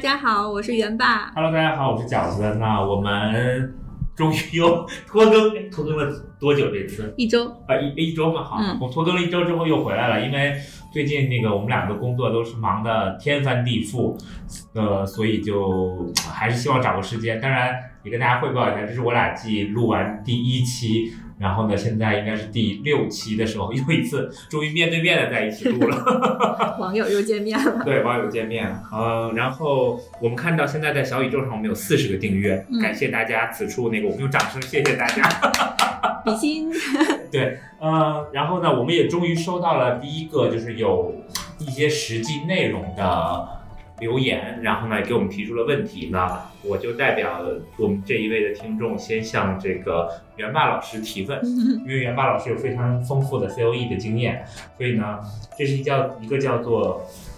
家好，我是元爸。 Hello， 大家好，我是饺子。那我们终于又拖更了多久？这次一周一周嘛，好，我拖更了一周之后又回来了，因为最近我们两个工作都是忙的天翻地覆，所以就还是希望找个时间。当然也跟大家汇报一下，这是我俩继录完第1期。然后呢，现在应该是第6期的时候，又一次终于面对面的在一起录了。 网友又见面了。 对，网友见面了。然后我们看到现在在小宇宙上我们有40个订阅，感谢大家。此处我们用掌声谢谢大家。 比心。 对，然后呢，我们也终于收到了第一个就是有一些实际内容的留言，然后呢给我们提出了问题呢，我就代表我们这一位的听众先向这个元爸老师提问，因为元爸老师有非常丰富的 COE 的经验，所以呢，这是一个叫做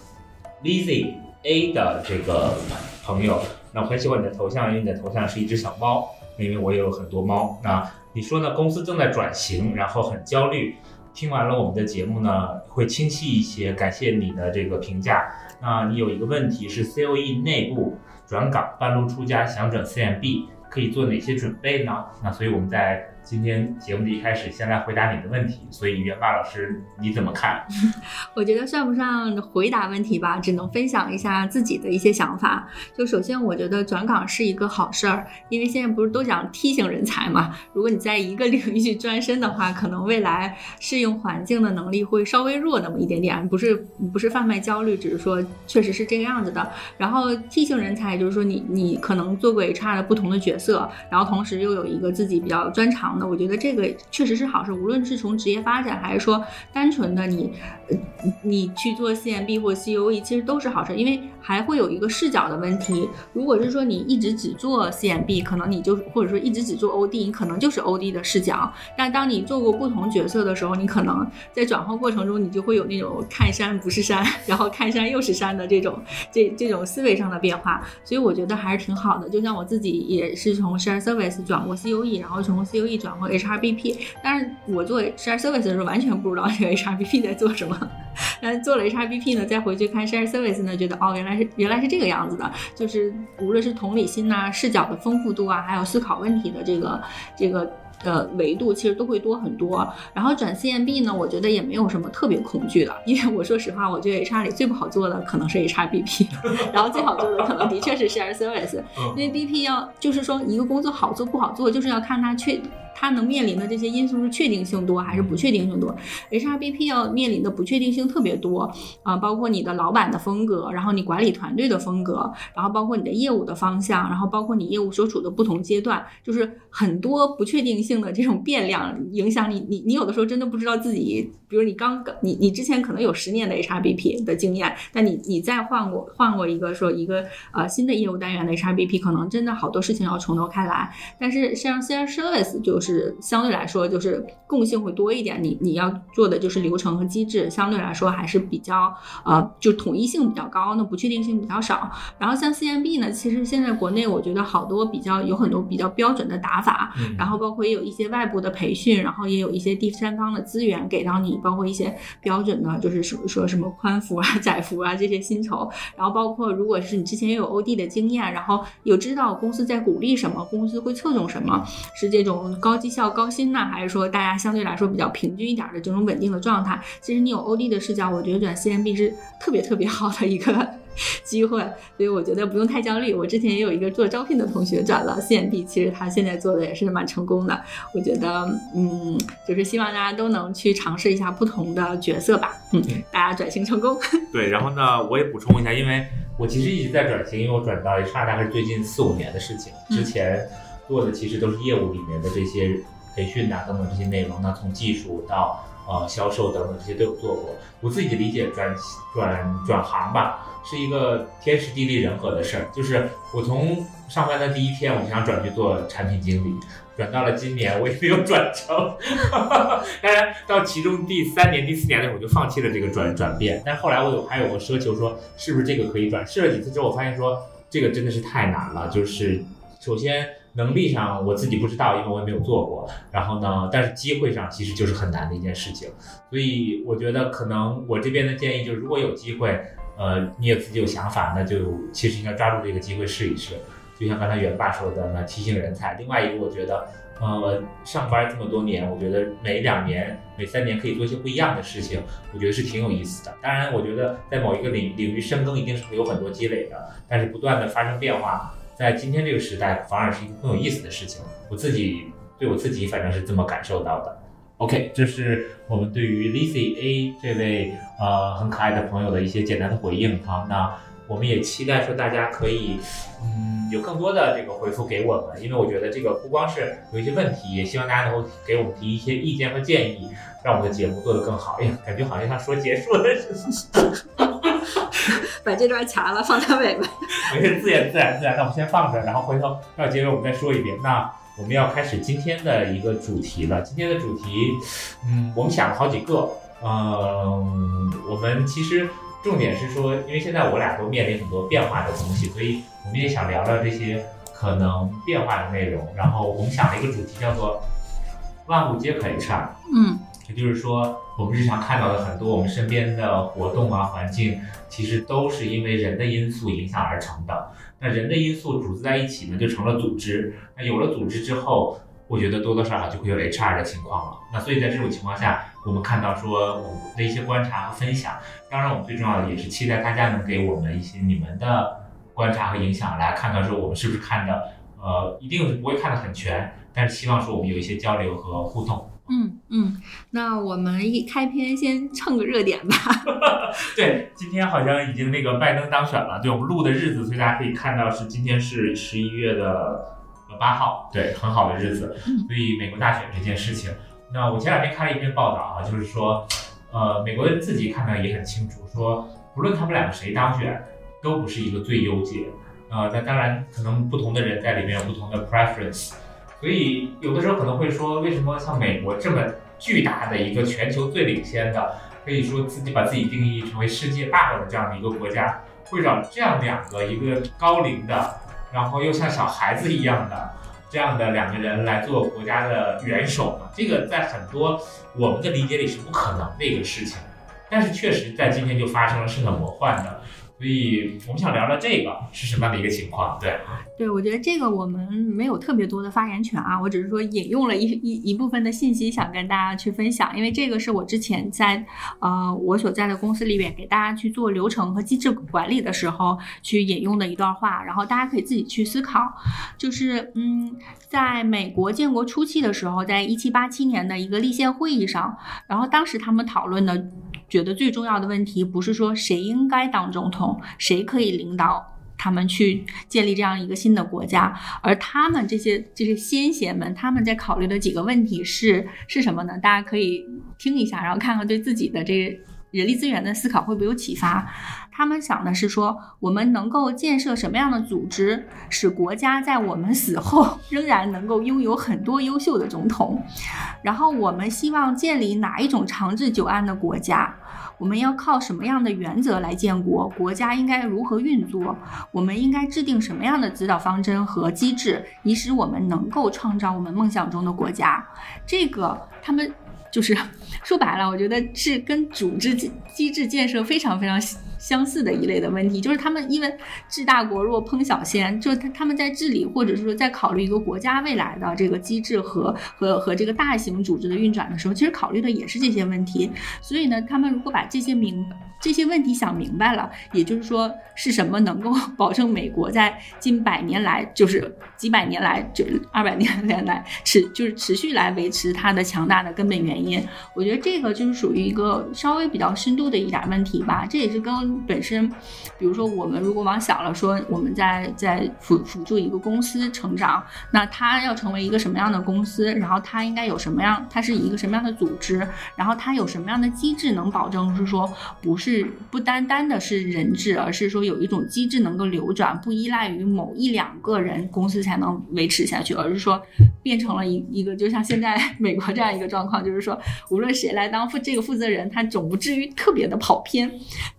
Lizzy A 的这个朋友。那我很喜欢你的头像，因为你的头像是一只小猫，因为我也有很多猫。那你说呢？公司正在转型，然后很焦虑。听完了我们的节目呢，会清晰一些。感谢你的这个评价。那你有一个问题是 COE 内部转岗半路出家想转 CMB 可以做哪些准备呢？那所以我们在今天节目的一开始先来回答你的问题，所以元爸老师你怎么看？ 我觉得算不上回答问题吧，只能分享一下自己的一些想法。就首先我觉得转岗是一个好事儿，因为现在不是都讲 T 型人才嘛，如果你在一个领域去专深的话，可能未来适应环境的能力会稍微弱那么一点点，不是贩卖焦虑，只是说确实是这个样子的。然后 T 型人才就是说你可能做过 HR 的不同的角色，然后同时又有一个自己比较专长的，我觉得这个确实是好事，无论是从职业发展还是说单纯的你去做 CMB 或 COE 其实都是好事，因为还会有一个视角的问题。如果是说你一直只做 CMB， 可能你就或者说一直只做 OD， 你可能就是 OD 的视角，但当你做过不同角色的时候，你可能在转换过程中你就会有那种看山不是山，然后看山又是山的这种思维上的变化，所以我觉得还是挺好的。就像我自己也是从 Share Service 转过 COE， 然后从 COE 转过 HRBP， 但是我做 Share Service 的时候完全不知道这个 HRBP 在做什么，但是做了 HRBP 呢，再回去看 Share Service 呢，觉得原来是这个样子的，就是无论是同理心啊、视角的丰富度啊，还有思考问题的这个维度其实都会多很多。然后转 CMB 呢，我觉得也没有什么特别恐惧的，因为我说实话，我觉得 HR 里最不好做的可能是 HRBP， 然后最好做的可能的确是 Share Service， 因为 BP 就是说一个工作好做不好做，就是要看它能面临的这些因素是确定性多还是不确定性多。HRBP 要面临的不确定性特别多包括你的老板的风格，然后你管理团队的风格，然后包括你的业务的方向，然后包括你业务所处的不同阶段，就是很多不确定性的这种变量影响你有的时候真的不知道自己，比如你之前可能有10年的 HRBP 的经验，但你再换过一个新的业务单元的 HRBP， 可能真的好多事情要从头开来。但是像 Share Service 就是相对来说就是共性会多一点，你要做的就是流程和机制，相对来说还是比较就统一性比较高，那不确定性比较少。然后像 CMB 呢，其实现在国内我觉得有很多比较标准的打法，然后包括也有一些外部的培训，然后也有一些第三方的资源给到你，包括一些标准的就是说什么宽幅啊、窄幅啊这些薪酬，然后包括如果是你之前也有 OD 的经验，然后有知道公司在鼓励什么，公司会侧重什么，是这种高绩效高薪呢，还是说大家相对来说比较平均一点的这种稳定的状态，其实你有 OD 的视角，我觉得转 CMB 是特别特别好的一个机会，所以我觉得不用太焦虑。我之前也有一个做招聘的同学转了 CMB， 其实他现在做的也是蛮成功的。我觉得就是希望大家都能去尝试一下不同的角色吧，大家转型成功。 对，然后呢我也补充一下，因为我其实一直在转型，因为我转到 HR 大概是最近4-5年的事情，之前做的其实都是业务里面的这些培训等等这些内容，那从技术到销售等等这些都有做过。我自己的理解，转行吧是一个天时地利人和的事儿。就是我从上班的第一天，我就想转去做产品经理，转到了今年我也没有转成当然到其中第3年第4年的时候我就放弃了这个转变，但后来还有个奢求说是不是这个可以转，试了几次之后我发现说这个真的是太难了，就是首先能力上我自己不知道，因为我也没有做过，然后呢但是机会上其实就是很难的一件事情。所以我觉得可能我这边的建议就是，如果有机会你有自己有想法，那就其实应该抓住这个机会试一试。就像刚才袁爸说的，那提醒人才。另外一个，我觉得，上班这么多年，我觉得每2年、每3年可以做一些不一样的事情，我觉得是挺有意思的。当然，我觉得在某一个领域深耕一定是会有很多积累的，但是不断的发生变化，在今天这个时代反而是一个更有意思的事情。对我自己反正是这么感受到的。OK， 这是我们对于 Lizzy A 这位很可爱的朋友的一些简单的回应哈。那我们也期待说大家可以有更多的这个回复给我们，因为我觉得这个不光是有一些问题，也希望大家能够给我们提一些意见和建议，让我们的节目做得更好。感觉好像说结束了把这段卡了放在尾巴。 没事，自然。那我们先放着，然后回头到结尾我们再说一遍。那我们要开始今天的一个主题了。今天的主题，我们想了好几个。我们其实重点是说，因为现在我俩都面临很多变化的东西，所以我们也想聊聊这些可能变化的内容。然后我们想了一个主题叫做“万物皆可 HR”。也就是说，我们日常看到的很多我们身边的活动啊、环境，其实都是因为人的因素影响而成的。那人的因素组织在一起呢，就成了组织。那有了组织之后，我觉得多多少少就会有 HR 的情况了。那所以在这种情况下，我们看到说我们的一些观察和分享，当然我们最重要的也是期待大家能给我们一些你们的观察和影响，来看看说我们是不是看的一定是不会看得很全，但是希望说我们有一些交流和互动。 那我们一开篇先蹭个热点吧。 对，今天好像已经那个拜登当选了，对，我们录的日子，所以大家可以看到是今天是11月8号，对，很好的日子。所以美国大选这件事情，那我前2天看了一篇报道啊，就是说，美国人自己看得也很清楚，说不论他们2个谁当选，都不是一个最优解。那当然，可能不同的人在里面有不同的 preference。所以有的时候可能会说，为什么像美国这么巨大的一个全球最领先的，可以说自己把自己定义成为世界霸主的这样的一个国家，会找这样2个，一个高龄的，然后又像小孩子一样的这样的2个人来做国家的元首呢？这个在很多我们的理解里是不可能的一个事情，但是确实在今天就发生了，是很魔幻的。所以我们想聊聊这个是什么样的一个情况。 对，我觉得这个我们没有特别多的发言权啊，我只是说引用了一部分的信息想跟大家去分享，因为这个是我之前在我所在的公司里面给大家去做流程和机制管理的时候去引用的一段话，然后大家可以自己去思考。就是在美国建国初期的时候，在1787年的一个立宪会议上，然后当时他们讨论的觉得最重要的问题不是说谁应该当总统，谁可以领导他们去建立这样一个新的国家，而他们这些先贤们他们在考虑的几个问题是什么呢？大家可以听一下，然后看看对自己的这个人力资源的思考会不会有启发。他们想的是说，我们能够建设什么样的组织，使国家在我们死后仍然能够拥有很多优秀的总统，然后我们希望建立哪一种长治久安的国家，我们要靠什么样的原则来建国，国家应该如何运作，我们应该制定什么样的指导方针和机制，以使我们能够创造我们梦想中的国家。这个他们就是说白了，我觉得是跟组织机制建设非常非常相似的一类的问题，就是他们因为治大国若烹小鲜，就他们在治理或者是说在考虑一个国家未来的这个机制和这个大型组织的运转的时候，其实考虑的也是这些问题。所以呢，他们如果把这些问题想明白了，也就是说是什么能够保证美国在近100年来，就是几百年来，就200年来就是持续来维持它的强大的根本原因。我觉得这个就是属于一个稍微比较深度的一点问题吧。这也是跟本身，比如说我们如果往小了说，我们在辅助一个公司成长，那它要成为一个什么样的公司，然后它应该有什么样，它是一个什么样的组织，然后它有什么样的机制能保证是说不单单的是人治，而是说有一种机制能够流转，不依赖于某1-2个人公司才能维持下去，而是说变成了一个就像现在美国这样一个状况，就是说无论谁来当这个负责人，他总不至于特别的跑偏。对，所以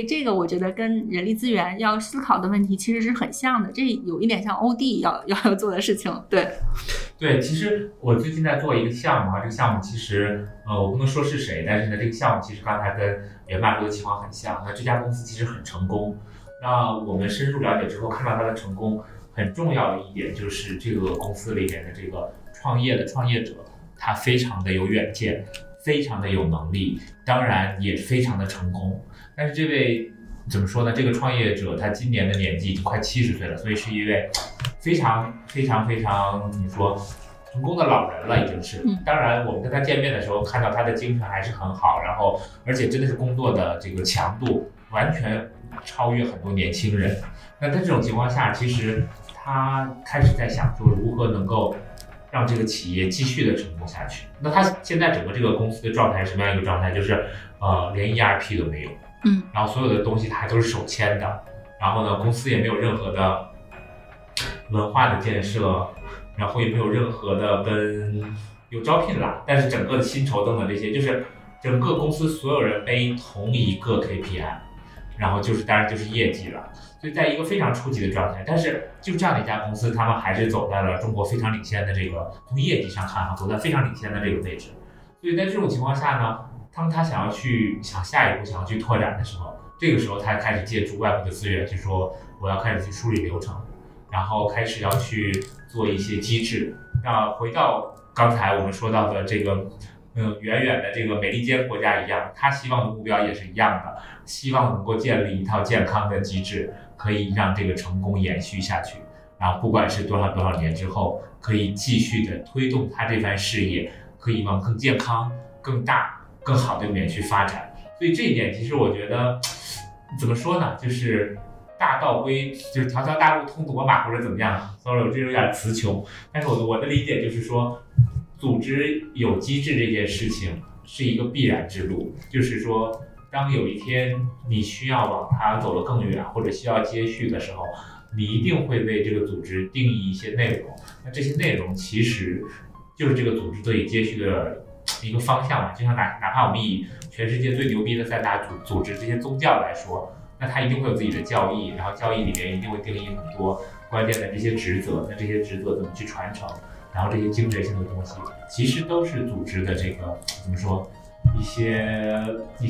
这个我觉得跟人力资源要思考的问题其实是很像的，这有一点像 OD 要做的事情。 对，其实我最近在做一个项目啊，这个项目其实我不能说是谁，但是呢，这个项目其实刚才跟袁爸说的情况很像。那这家公司其实很成功，那我们深入了解之后，看到它的成功，很重要的一点就是这个公司里面的这个创业者，他非常的有远见，非常的有能力，当然也非常的成功。但是这位怎么说呢？这个创业者他今年的年纪已经快70岁了，所以是一位非常怎么说成功的老人了，已经是。当然，我们跟他见面的时候，看到他的精神还是很好，然后而且真的是工作的这个强度完全超越很多年轻人。那在这种情况下，其实他开始在想说如何能够让这个企业继续的成功下去。那他现在整个这个公司的状态是什么样一个状态？就是连 ERP 都没有，然后所有的东西它还都是手签的，然后呢，公司也没有任何的文化的建设，然后也没有任何的有招聘啦，但是整个的薪酬等等这些，就是整个公司所有人背同一个 KPI， 然后当然就是业绩了。所以在一个非常初级的状态，但是就这样的一家公司，他们还是走在了中国非常领先的这个，从业绩上看走在非常领先的这个位置。所以在这种情况下呢，当他想下一步想要去拓展的时候，这个时候他开始借助外部的资源，就说我要开始去梳理流程，然后开始要去做一些机制。那回到刚才我们说到的这个远远的这个美利坚国家一样，他希望的目标也是一样的，希望能够建立一套健康的机制，可以让这个成功延续下去，然后不管是多少年之后，可以继续的推动他这番事业，可以往更健康、更大、更好的里面去发展。所以这一点其实我觉得怎么说呢，就是大道归，就是条条大路通罗马或者怎么样 ，sorry， 我这有点词穷，但是我的理解就是说，组织有机制这件事情是一个必然之路，就是说，当有一天你需要往它走得更远，或者需要接续的时候，你一定会为这个组织定义一些内容。那这些内容其实就是这个组织得以接续的一个方向嘛。就像哪怕我们以全世界最牛逼的3大组织这些宗教来说，那它一定会有自己的教义，然后教义里面一定会定义很多关键的这些职责。那这些职责怎么去传承？然后这些精神性的东西，其实都是组织的这个怎么说，一些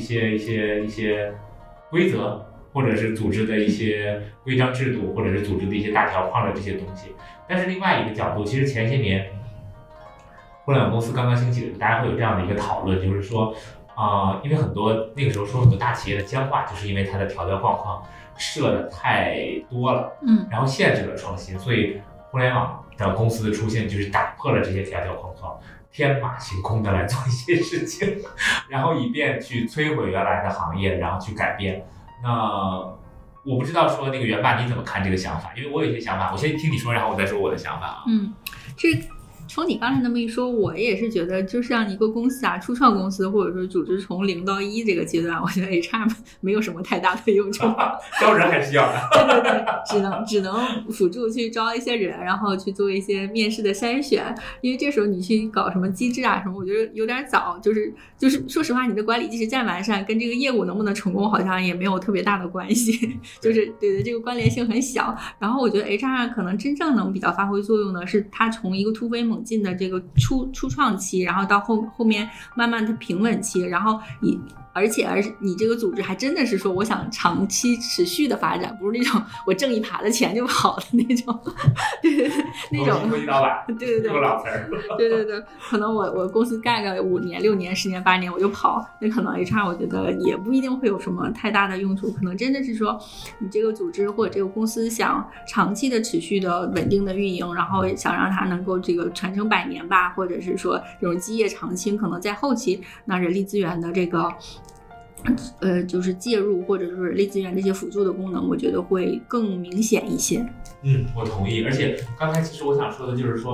规则，或者是组织的一些规章制度，或者是组织的一些大条框的这些东西。但是另外一个角度，其实前些年互联网公司刚刚兴起的时候，大家会有这样的一个讨论，就是说因为那个时候说很多大企业的僵化，就是因为它的条条框框设的太多了，然后限制了创新，所以互联网的公司的出现就是打破了这些条条框框，天马行空的来做一些事情，然后以便去摧毁原来的行业，然后去改变。那我不知道说那个袁爸你怎么看这个想法？因为我有一些想法，我先听你说，然后我再说我的想法啊。 从你刚才那么一说，我也是觉得，就像一个公司初创公司或者说组织从0到1这个阶段，我觉得 HR 没有什么太大的用处。 招人还是要的。 对，只能辅助去招一些人，然后去做一些面试的筛选。因为这时候你去搞什么机制什么，我觉得有点早。就是说实话，你的管理即使再完善，跟这个业务能不能成功好像也没有特别大的关系。就是对这个关联性很小。然后我觉得 HR 可能真正能比较发挥作用的是，它从一个突飞猛进的这个初创期，然后到后面慢慢的平稳期，然后而你这个组织还真的是说我想长期持续的发展，不是那种我挣一耙的钱就跑的那种。对，那种国际老板， 对， 这个老词儿。 对，可能我公司干个5年、6年、10年、8年我就跑，那可能 HR 我觉得也不一定会有什么太大的用处，可能真的是说你这个组织或者这个公司想长期的持续的稳定的运营，然后想让它能够这个传承100年吧，或者是说这种基业长青，可能在后期那人力资源的这个就是介入或者是人力资源这些辅助的功能，我觉得会更明显一些。 我同意。而且刚才其实我想说的就是说，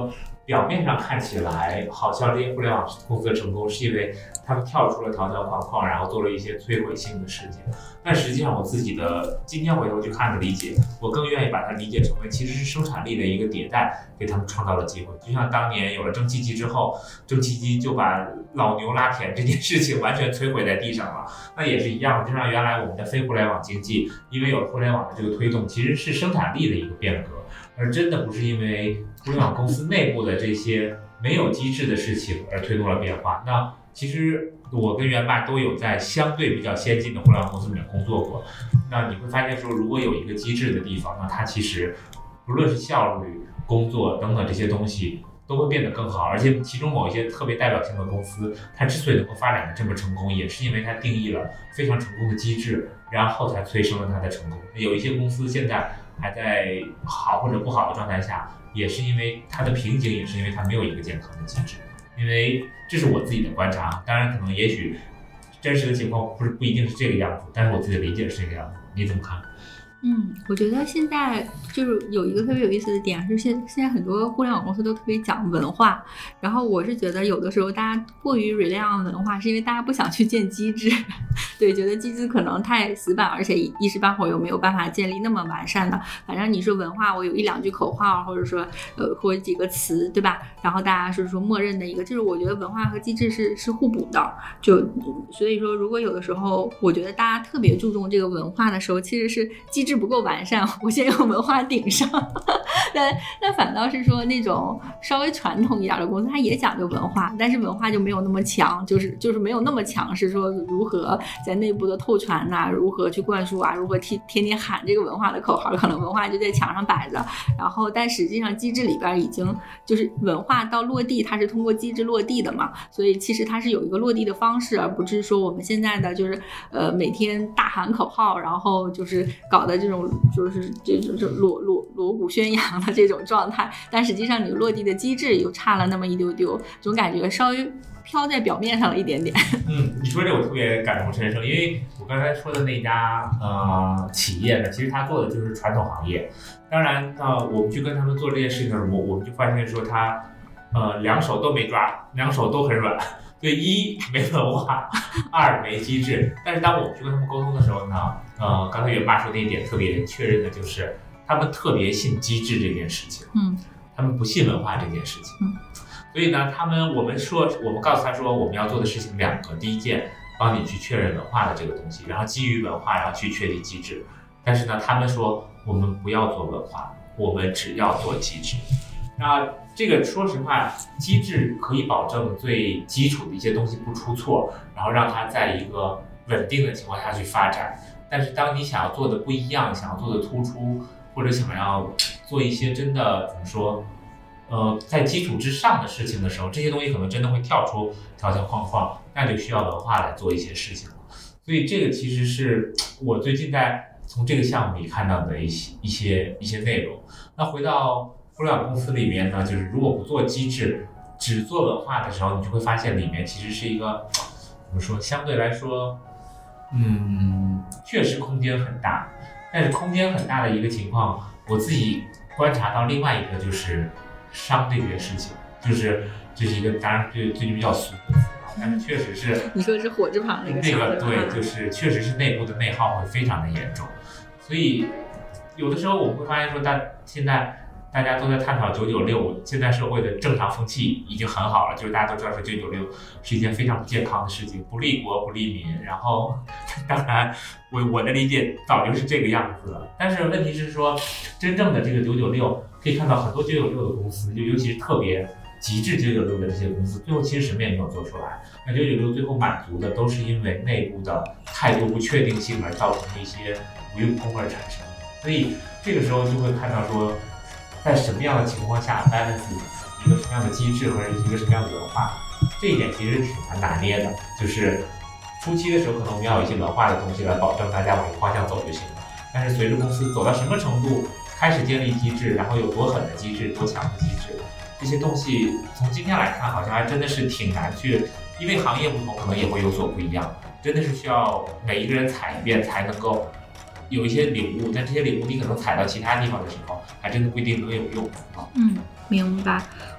表面上看起来好像这些互联网公司的成功是因为他们跳出了条条框框，然后做了一些摧毁性的事情。但实际上我自己的今天回头去看的理解，我更愿意把它理解成为其实是生产力的一个迭代给他们创造了机会。就像当年有了蒸汽机之后，蒸汽机就把老牛拉田这件事情完全摧毁在地上了，那也是一样的。就像原来我们的非互联网经济因为有了互联网的这个推动，其实是生产力的一个变革，而真的不是因为互联网公司内部的这些没有机制的事情而推动了变化。那其实我跟袁爸都有在相对比较先进的互联网公司里面工作过，那你会发现说，如果有一个机制的地方，那它其实不论是效率、工作等等这些东西都会变得更好。而且其中某一些特别代表性的公司，它之所以能够发展的这么成功，也是因为它定义了非常成功的机制，然后才催生了它的成功。有一些公司现在还在好或者不好的状态下，也是因为它的瓶颈，也是因为它没有一个健康的机制。因为这是我自己的观察，当然可能也许真实的情况不一定是这个样子，但是我自己的理解是这个样子。你怎么看？ 我觉得现在就是有一个特别有意思的点，就是现在很多互联网公司都特别讲文化，然后我是觉得有的时候大家过于 rely on 文化，是因为大家不想去建机制，对，觉得机制可能太死板，而且一时半会儿又没有办法建立那么完善的。反正你说文化，我有一两句口号，或者说或者几个词，对吧？然后大家是说默认的一个，就是我觉得文化和机制是互补的。所以说，如果有的时候我觉得大家特别注重这个文化的时候，其实是机制不够完善，我先用文化顶上。但反倒是说那种稍微传统一点的公司，它也讲究文化，但是文化就没有那么强，就是没有那么强，是说如何在内部的透传呐、如何去灌输啊，如何天天喊这个文化的口号，可能文化就在墙上摆着，然后但实际上机制里边已经就是文化到落地，它是通过机制落地的嘛，所以其实它是有一个落地的方式，而不是说我们现在的就是每天大喊口号，然后就是搞的这种就是这种锣鼓宣扬的这种状态，但实际上你落地的机制又差了那么一丢丢，总感觉稍微飘在表面上了一点点。 你说这我特别感同身受，因为我刚才说的那家企业呢，其实他做的就是传统行业。当然我们去跟他们做这件事情的时候，我们就发现说他两手都没抓，两手都很软。对，一没文化，二没机制。但是当我们去跟他们沟通的时候呢，刚才袁爸说的一点特别确认的就是，他们特别信机制这件事情，他们不信文化这件事情。所以呢，我们告诉他说，我们要做的事情两个，第一件帮你去确认文化的这个东西，然后基于文化，然后去确立机制。但是呢，他们说我们不要做文化，我们只要做机制。那这个说实话，机制可以保证最基础的一些东西不出错，然后让它在一个稳定的情况下去发展。但是当你想要做的不一样，想要做的突出，或者想要做一些真的怎么说在基础之上的事情的时候，这些东西可能真的会跳出条条框框，那就需要文化来做一些事情了。所以这个其实是我最近在从这个项目里看到的一些内容。那回到互联网公司里面呢，就是如果不做机制，只做文化的时候，你就会发现里面其实是一个怎么说，相对来说确实空间很大。但是空间很大的一个情况，我自己观察到另外一个就是商这件事情，就是这是一个当然最近比较俗的词，但是确实是你说是火字旁那个对，就是确实是内部的内耗会非常的严重。所以有的时候我们会发现说，现在大家都在探讨996，现在社会的正常风气已经很好了，就是大家都知道说996是一件非常不健康的事情，不利国不利民。然后当然我的理解早就是这个样子了，但是问题是说，真正的这个996可以看到很多996的公司，就尤其是特别极致996的这些公司，最后其实什么也没有做出来。那996最后满足的都是因为内部的太多不确定性而造成的一些无用功而产生。所以这个时候就会看到说，在什么样的情况下 balance 一个什么样的机制或者一个什么样的文化，这一点其实挺难拿捏的。就是初期的时候，可能我们要有一些文化的东西来保证大家往一个方向走就行了。但是随着公司走到什么程度，开始建立机制，然后有多狠的机制、多强的机制，这些东西从今天来看，好像还真的是挺难去，因为行业不同，可能也会有所不一样。真的是需要每一个人踩一遍才能够有一些领悟，但这些领悟你可能踩到其他地方的时候，还真的不一定能有用。 明白。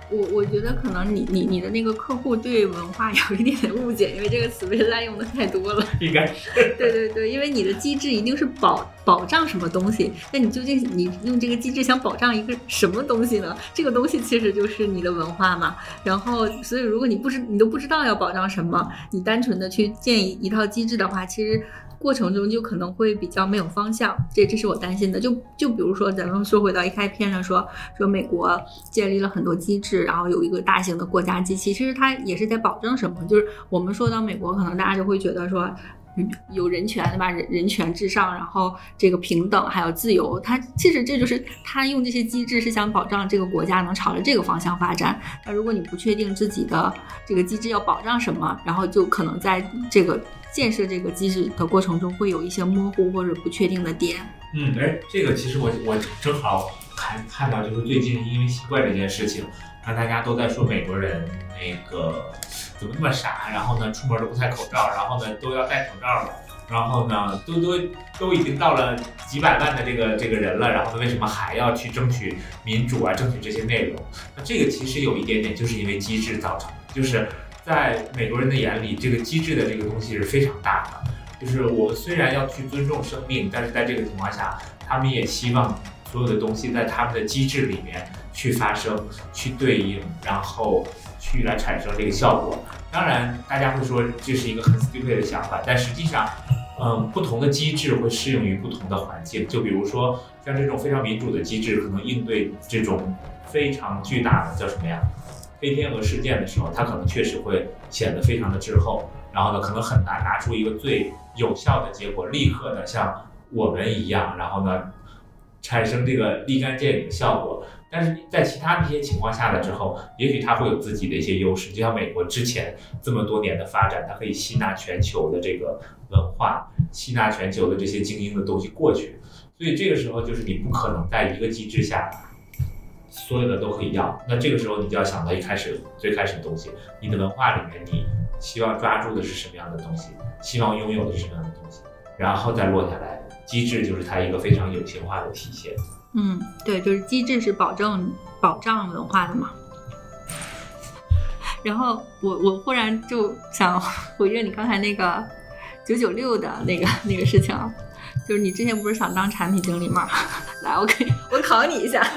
我觉得可能你的那个客户对文化有一点点误解，因为这个词被滥用的太多了。 应该是。 对对对，因为你的机制一定是保障什么东西，那你究竟你用这个机制想保障一个什么东西呢？这个东西其实就是你的文化嘛。然后，所以如果你都不知道要保障什么，你单纯的去建一套机制的话，其实过程中就可能会比较没有方向，这是我担心的。就比如说咱们说回到一开篇上说美国建立了很多机制，然后有一个大型的国家机器，其实它也是在保证什么？就是我们说到美国，可能大家就会觉得说有人权对吧？人权至上，然后这个平等还有自由，它其实这就是它用这些机制是想保障这个国家能朝着这个方向发展。那如果你不确定自己的这个机制要保障什么，然后就可能在这个建设这个机制的过程中会有一些模糊或者不确定的点。 这个其实我正好看到，就是最近因为新冠这件事情，让大家都在说美国人那个怎么那么傻，然后呢出门都不戴口罩，然后呢都要戴口罩了，然后呢都已经到了几百万的这个人了，然后呢为什么还要去争取民主啊，争取这些内容？那这个其实有一点点就是因为机制造成的，就是在美国人的眼里，这个机制的这个东西是非常大的。就是我们虽然要去尊重生命，但是在这个情况下，他们也希望所有的东西在他们的机制里面去发生、去对应，然后去来产生这个效果。当然，大家会说这是一个很 stupid 的想法，但实际上，不同的机制会适应于不同的环境。就比如说像这种非常民主的机制，可能应对这种非常巨大的叫什么呀？黑天鹅事件的时候，它可能确实会显得非常的滞后，然后呢，可能很难拿出一个最有效的结果，立刻的像我们一样，然后呢，产生这个立竿见影的效果。但是在其他一些情况下的之后，也许它会有自己的一些优势，就像美国之前这么多年的发展，它可以吸纳全球的这个文化，吸纳全球的这些精英的东西过去。所以这个时候就是你不可能在一个机制下所有的都可以要，那这个时候你就要想到最开始的东西，你的文化里面你希望抓住的是什么样的东西，希望拥有的是什么样的东西，然后再落下来，机制就是它一个非常有形化的体现。 对，就是机制是保障文化的嘛。然后我忽然就想回应你刚才那个996的那个事情啊，就是你之前不是想当产品经理吗？来，我考你一下。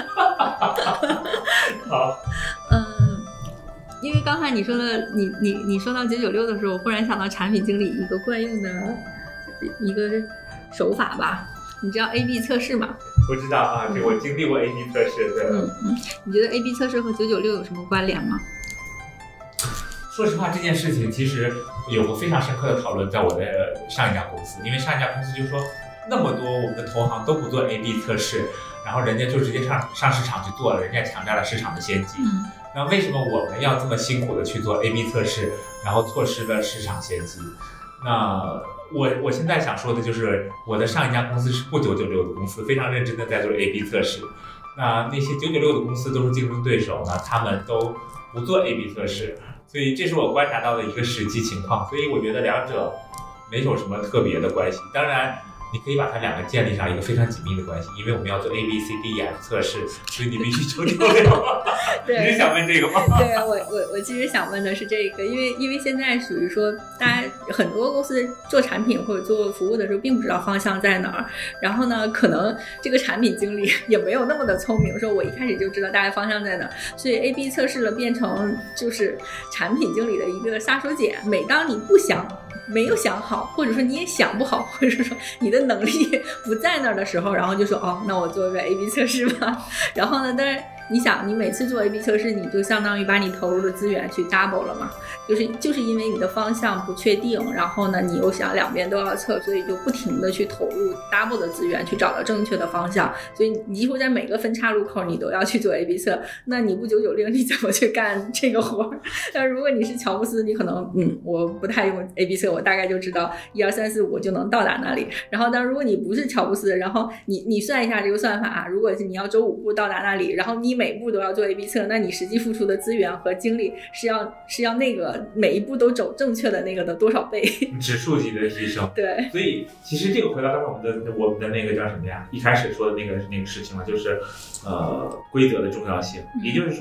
好。 因为刚才你说的，你说到996的时候，我忽然想到产品经理一个惯用的一个手法吧。你知道 A/B 测试吗？ 我知道啊，这我经历过 A/B 测试，对。 你觉得 A/B 测试和996有什么关联吗？ 说实话，这件事情其实有个非常深刻的讨论，在我的上一家公司，因为上一家公司就说那么多我们的同行都不做 A/B 测试，然后人家就直接上市场去做了，人家抢占了市场的先机。那为什么我们要这么辛苦的去做 A/B 测试，然后错失了市场先机？那我现在想说的就是，我的上一家公司是不996的公司，非常认真的在做 A/B 测试。那些996的公司都是竞争对手呢，他们都不做 A/B 测试，所以这是我观察到的一个实际情况。所以我觉得两者没有什么特别的关系。当然，你可以把它两个建立上一个非常紧密的关系，因为我们要做 A、B、C、D、E、F 测试，所以你必须996。你是想问这个吗？ 对，我其实想问的是这个，因为现在属于说，大家很多公司做产品或者做服务的时候，并不知道方向在哪儿。然后呢，可能这个产品经理也没有那么的聪明，说我一开始就知道大概方向在哪儿，所以 A/B 测试了变成就是产品经理的一个杀手锏。每当你没有想好，或者说你也想不好，或者是说你的能力不在那儿的时候，然后就说那我做一个 A/B 测试吧。然后呢，但是你想，你每次做 A/B 测试，你就相当于把你投入的资源去 double 了嘛？就是因为你的方向不确定，然后呢，你又想两边都要测，所以就不停的去投入 double 的资源去找到正确的方向。所以你几乎在每个分岔路口你都要去做 A/B 测。那你不996，你怎么去干这个活？但如果你是乔布斯，你可能我不太用 A/B 测，我大概就知道1、2、3、4、5就能到达那里。然后，但如果你不是乔布斯，然后你算一下这个算法如果是你要走5步到达那里，然后你每步都要做 A/B 测，那你实际付出的资源和精力是要那个每一步都走正确的那个的多少倍？ 指数级的牺牲。 对， 所以其实这个回到刚才我们的那个叫什么呀？一开始说的那个事情了，就是规则的重要性。也就是说，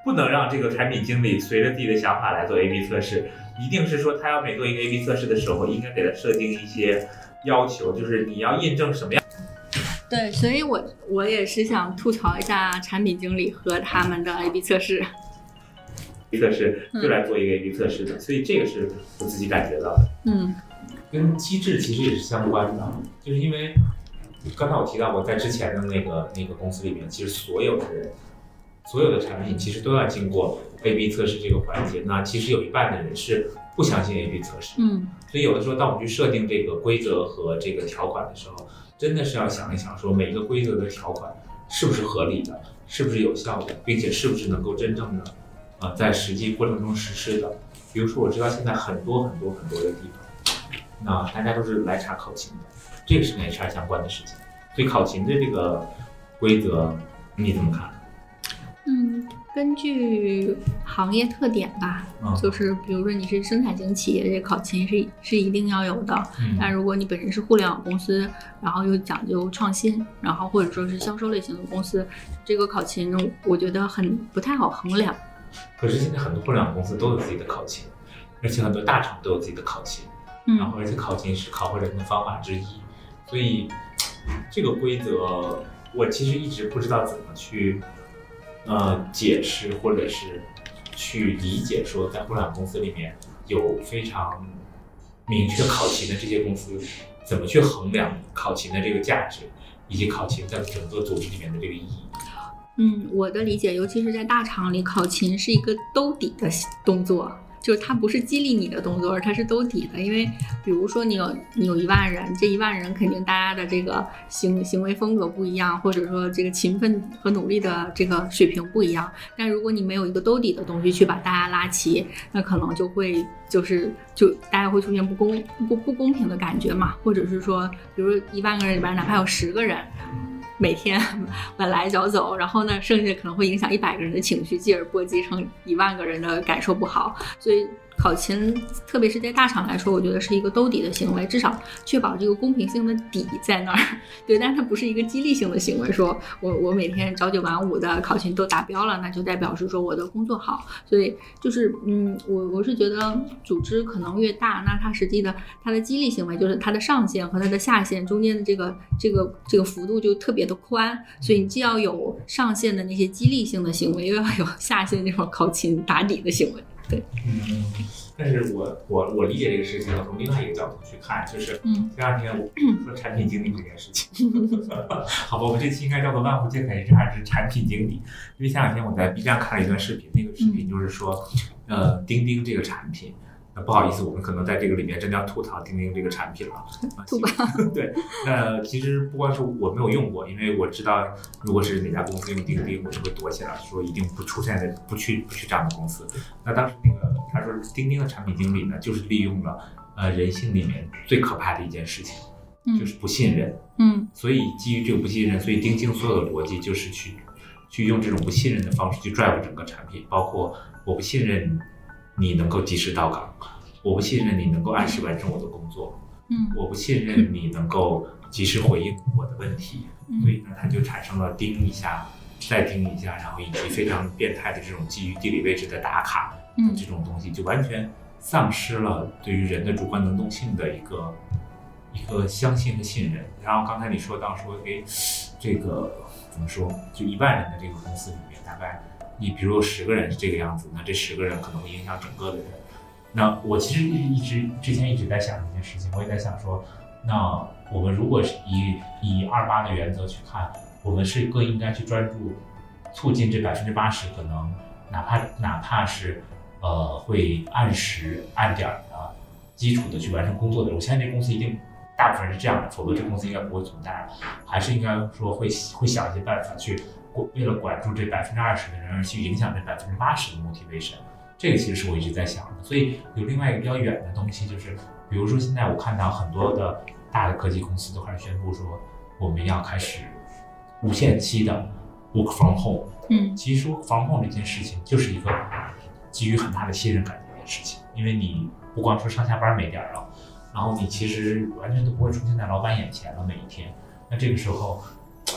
不能让这个产品经理随着自己的想法来做 A/B 测试，一定是说他要每做一个 A/B 测试的时候，应该给他设定一些要求，就是你要印证什么样。 对，所以我也是想吐槽一下产品经理和他们的 A/B 测试。 测试就来做一个 A/B 测试的，所以这个是我自己感觉到的。跟机制其实也是相关的，就是因为刚才我提到我在之前的那个公司里面，其实所有的产品其实都要经过 A/B 测试这个环节。那其实有一半的人是不相信 A/B 测试，所以有的时候当我们去设定这个规则和这个条款的时候，真的是要想一想，说每一个规则的条款是不是合理的，是不是有效的，并且是不是能够真正的在实际过程中实施的。比如说我知道现在很多的地方，那大家都是来查考勤的，这个是跟 HR 相关的事情，所以考勤的这个规则你怎么看？ 根据行业特点吧，就是比如说你是生产型企业，这考勤是一定要有的。但如果你本身是互联网公司，然后又讲究创新，然后或者说是销售类型的公司，这个考勤我觉得不太好衡量。 可是现在很多互联网公司都有自己的考勤，而且很多大厂都有自己的考勤，然后而且考勤是考核人的方法之一，所以这个规则我其实一直不知道怎么去解释或者是去理解，说在互联网公司里面有非常明确考勤的这些公司，怎么去衡量考勤的这个价值，以及考勤在整个组织里面的这个意义。 我的理解，尤其是在大厂里，考勤是一个兜底的动作，就是它不是激励你的动作，而它是兜底的。因为比如说你有1万人，这1万人肯定大家的这个行为风格不一样，或者说这个勤奋和努力的这个水平不一样。但如果你没有一个兜底的东西去把大家拉齐，那可能就会就大家会出现不公平的感觉嘛，或者是说，比如1万个人里边哪怕有10个人每天晚来早走，然后呢，剩下可能会影响100个人的情绪，继而波及成1万个人的感受不好。所以考勤，特别是在大厂来说，我觉得是一个兜底的行为，至少确保这个公平性的底在那儿。对，但它不是一个激励性的行为，说我每天朝9晚5的考勤都达标了，那就代表是说我的工作好。所以就是我是觉得组织可能越大，那它实际的它的激励行为，就是它的上限和它的下限中间的这个幅度就特别的宽，所以你既要有上限的那些激励性的行为，又要有下限这种考勤打底的行为。对， 但是我理解这个事情从另外一个角度去看，就是前2天我说产品经理这件事情，好吧，我们这期应该叫做万物皆可 HR 还是产品经理，因为前2天我在 B 站看了一段视频，那个视频就是说，钉钉这个产品。那不好意思，我们可能在这个里面真的要吐槽钉钉这个产品了。 吐吧。 对，那其实不光是我没有用过，因为我知道如果是哪家公司用钉钉，我就会躲起来，说一定不出现在不去这样的公司。那当时他说钉钉的产品经理呢，就是利用了人性里面最可怕的一件事情，就是不信任。所以基于这个不信任，所以钉钉所有的逻辑就是去用这种不信任的方式去 drive 整个产品，包括我不信任你能够及时到岗，我不信任你能够按时完成我的工作，我不信任你能够及时回应我的问题，所以呢，它就产生了盯一下，再盯一下，然后以及非常变态的这种基于地理位置的打卡，这种东西就完全丧失了对于人的主观能动性的一个相信和信任。然后刚才你说到说，这个怎么说？就1万人的这个公司里面，大概你比如10个人是这个样子，那这10个人可能会影响整个的人。那我其实之前一直在想一件事情，我也在想说，那我们如果是以28的原则去看，我们是更应该去专注促进这80%，可能哪怕是会按时按点的基础的去完成工作的人。我相信这公司一定大部分人是这样的，否则这公司应该不会存在，还是应该说会想一些办法去。为了管住这20%的人而去影响这80%的 motivation， 这个其实是我一直在想的。所以有另外一个比较远的东西，就是比如说现在我看到很多的大的科技公司都开始宣布说，我们要开始无限期的 work from home。其实 work from home 这件事情就是一个基于很大的信任感的一件事情，因为你不光说上下班没点了，然后你其实完全都不会出现在老板眼前了每一天。那这个时候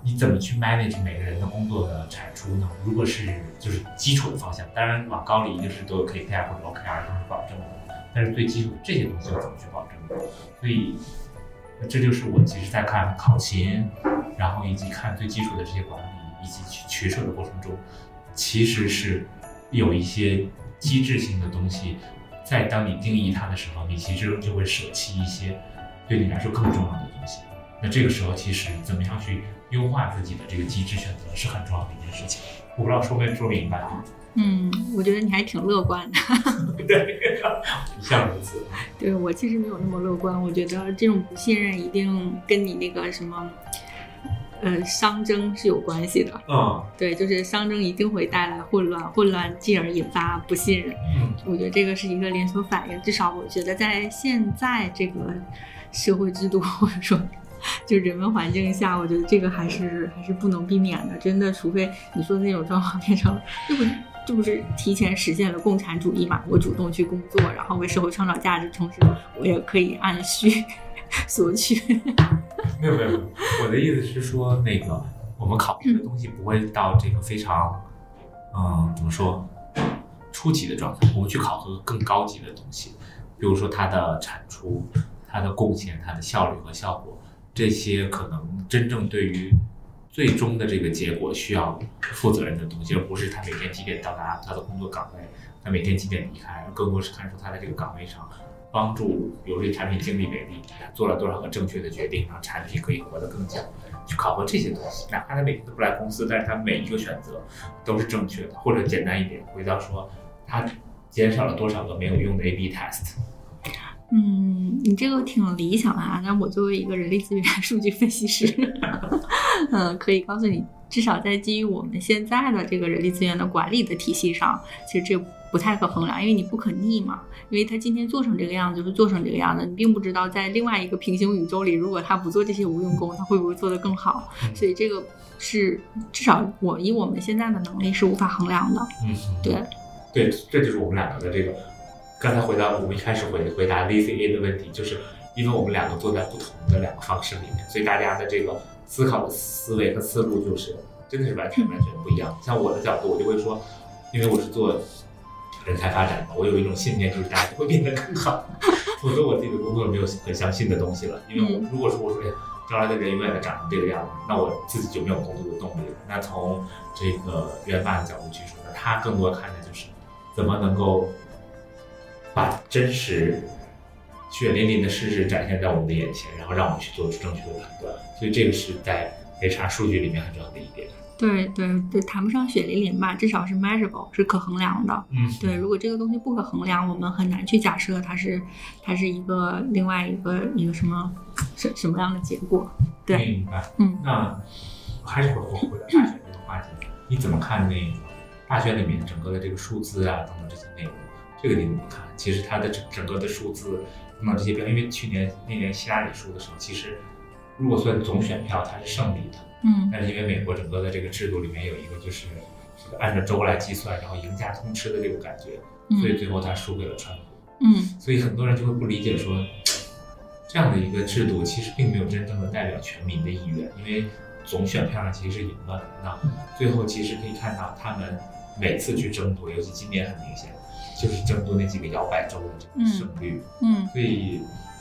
你怎么去 manage 每个人的工作的产出呢？如果是就是基础的方向，当然往高里就是都有 KPI 或者 OKR 都是保证的，但是最基础的这些东西要怎么去保证？所以这就是我其实在看考勤，然后以及看最基础的这些管理以及去取舍的过程中，其实是有一些机制性的东西，在当你定义它的时候，你其实就会舍弃一些对你来说更重要的东西。那这个时候，其实怎么样去优化自己的这个机制选择是很重要的一件事情。我不知道说没说明白。 我觉得你还挺乐观的。 对，一向如此。 对，我其实没有那么乐观，我觉得这种不信任一定跟你那个什么熵增是有关系的。对，就是熵增一定会带来混乱，混乱进而引发不信任。我觉得这个是一个连锁反应，至少我觉得在现在这个社会制度或者说就人文环境下，我觉得这个还是不能避免的，真的，除非你说的那种状况变成这不是提前实现了共产主义嘛？我主动去工作，然后为社会创造价值，同时我也可以按需索取。 没有，我的意思是说，那个我们考虑的东西不会到这个非常怎么说初级的状态，我们去考核更高级的东西，比如说它的产出、它的贡献、它的效率和效果，这些可能真正对于最终的这个结果需要负责任的东西，而不是他每天几点到达他的工作岗位，他每天几点离开，更多是看出他在这个岗位上帮助，比如说以产品经理为例，他做了多少个正确的决定，让产品可以活得更久，去考核这些东西。哪怕他每天都不来公司，但是他每一个选择都是正确的，或者简单一点，回到说他减少了多少个没有用的 A/B test。 你这个挺理想的啊。那我作为一个人力资源数据分析师，可以告诉你，至少在基于我们现在的这个人力资源的管理的体系上，其实这不太可衡量，因为你不可逆嘛。因为他今天做成这个样子，就是做成这个样子，你并不知道在另外一个平行宇宙里，如果他不做这些无用功，他会不会做得更好？所以这个是至少以我们现在的能力是无法衡量的。 对，这就是我们两个的这个。刚才回到我们一开始回答 VCA 的问题，就是因为我们两个坐在不同的两个方式里面，所以大家的这个思考的思维和思路就是真的是完全不一样。像我的角度，我就会说，因为我是做人才发展的，我有一种信念，就是大家会变得更好，否则我自己的工作没有很相信的东西了。因为如果说我说招来的人永远的长成这个样子，那我自己就没有工作的动力了。那从这个原版的角度去说，他更多看的就是怎么能够把真实血淋淋的事实展现在我们的眼前，然后让我们去做出正确的判断。所以这个是在 HR 数据里面很重要的一点。 对，谈不上血淋淋吧，至少是 measurable， 是可衡量的。对，如果这个东西不可衡量，我们很难去假设它是一个另外一个什么样的结果。对， 明白。那还是回到大学这个话题，你怎么看那个大学里面整个的这个数字啊等等这些内容？这个你怎么看？其实它的整个的数字等等这些标，因为那年希拉里输的时候，其实如果算总选票，它是胜利的。但是因为美国整个的这个制度里面有一个就是按照州来计算，然后赢家通吃的这个感觉，所以最后他输给了川普。所以很多人就会不理解说，这样的一个制度其实并没有真正的代表全民的意愿，因为总选票上其实是赢了的。那最后其实可以看到他们每次去争夺，尤其今年很明显，就是争夺那几个摇摆州的这个胜率。所以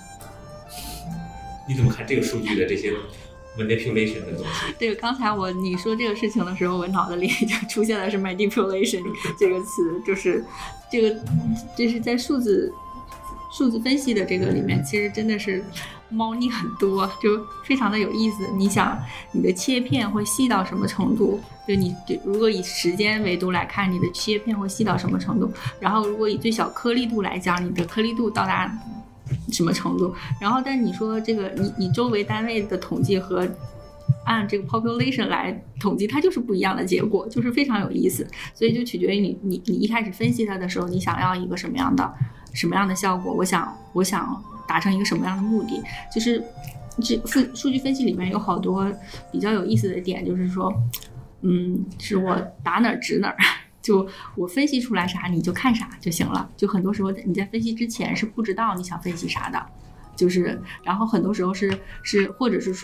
你怎么看这个数据的这些 manipulation 的东西？ 对，刚才你说这个事情的时候，我脑子里就出现的是 manipulation 这个词，就是就是在数字分析的这个里面，其实真的是猫腻很多，就非常的有意思。你想你的切片会细到什么程度？就如果以时间维度来看，你的切片会细到什么程度？然后如果以最小颗粒度来讲，你的颗粒度到达什么程度？然后但你说这个以周为单位的统计和按这个 population 来统计，它就是不一样的结果，就是非常有意思。所以就取决于你一开始分析它的时候，你想要一个什么样的效果，我想达成一个什么样的目的。就是这数据分析里面有好多比较有意思的点，就是说是我打哪儿指哪儿，就我分析出来啥你就看啥就行了。就很多时候你在分析之前是不知道你想分析啥的，就是然后很多时候是或者是说